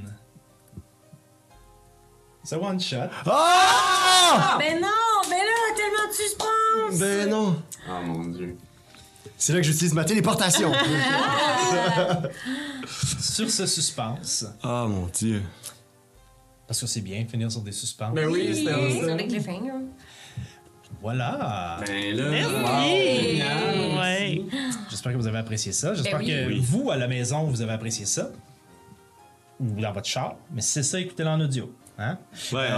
C'est one shot. Ah! Ben non! Ben là, tellement de suspense! Ben non! Oh mon Dieu. C'est là que j'utilise ma téléportation. Sur ce suspense, Ah, mon Dieu. parce que c'est bien de finir sur des suspens. Ben oui, c'était Oui, ça. c'est avec les cliffhanger. Voilà. Ben là, Merci. wow, génial. Ouais. J'espère que vous avez apprécié ça. J'espère Ben oui. que vous, à la maison, vous avez apprécié ça. Ou dans votre char. Mais si c'est ça, écoutez-le en audio. Hein? Ouais,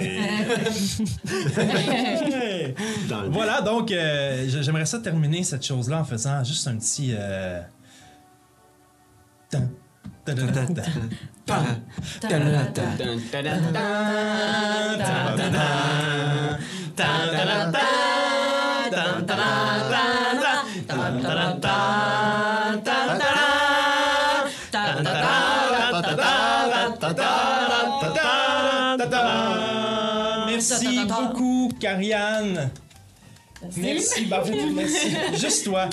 Hey! Dans le... Voilà, donc euh, j'aimerais ça terminer cette chose-là en faisant juste un petit... Euh... tan, tan, tan, tan, tan. Dun, dun, dun, Merci beaucoup, Karianne. Merci, Barbetou, merci. Juste toi.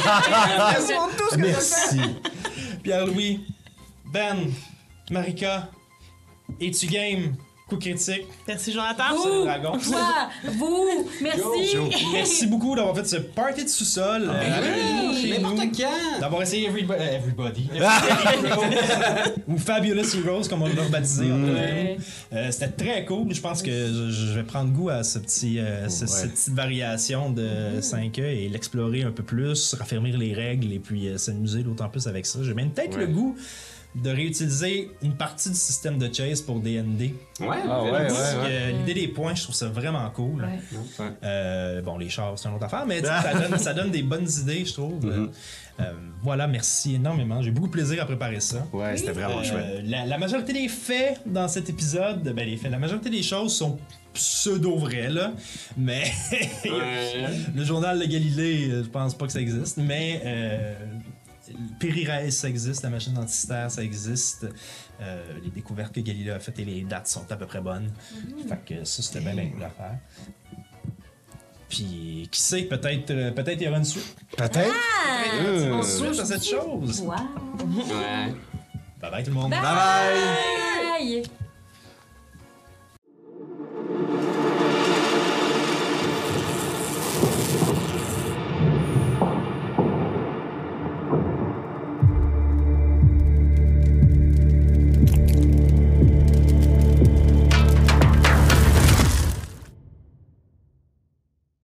Merci. Pierre-Louis, Ben, Marika, es-tu game? Coup critique. Merci, Jonathan. C'est le dragon. Toi, vous, merci! Merci beaucoup d'avoir fait ce party de sous-sol euh, avec nous, chez nous. N'importe quand. D'avoir essayé Everybo- euh, Everybody. Ou Fabulous Heroes, comme on l'a rebaptisé. entre Ouais. nous. Euh, C'était très cool. Je pense que je, je vais prendre goût à ce petit, euh, ce- Ouais. cette petite variation de cinq E et l'explorer un peu plus, raffermir les règles et puis euh, s'amuser d'autant plus avec ça. J'ai même peut-être Ouais. le goût de réutiliser une partie du système de chase pour D and D. Ouais, Ah ouais, Parce ouais, que ouais. l'idée des points, je trouve ça vraiment cool. Ouais. Euh, bon, les chars, c'est une autre affaire, mais tu sais, ça, donne, ça donne des bonnes idées, je trouve. Mhm. Euh, voilà, merci énormément. J'ai beaucoup de plaisir à préparer ça. Ouais, c'était vraiment Euh, chouette. la, la majorité des faits dans cet épisode, ben les faits, la majorité des choses sont pseudo-vraies, là. Mais Ouais. le journal de Galilée, euh, je pense pas que ça existe. Mais euh, Périrès, ça existe. La machine anticythère, ça existe. Euh, les découvertes que Galilée a faites et les dates sont à peu près bonnes. Fait que ça, c'était bien, bien cool à faire. Puis, qui sait, peut-être euh, peut-être il y aura une suite. Peut-être? Une Euh. suite à cette chose. Wow! Ouais. Bye bye tout le monde. Bye bye! Bye!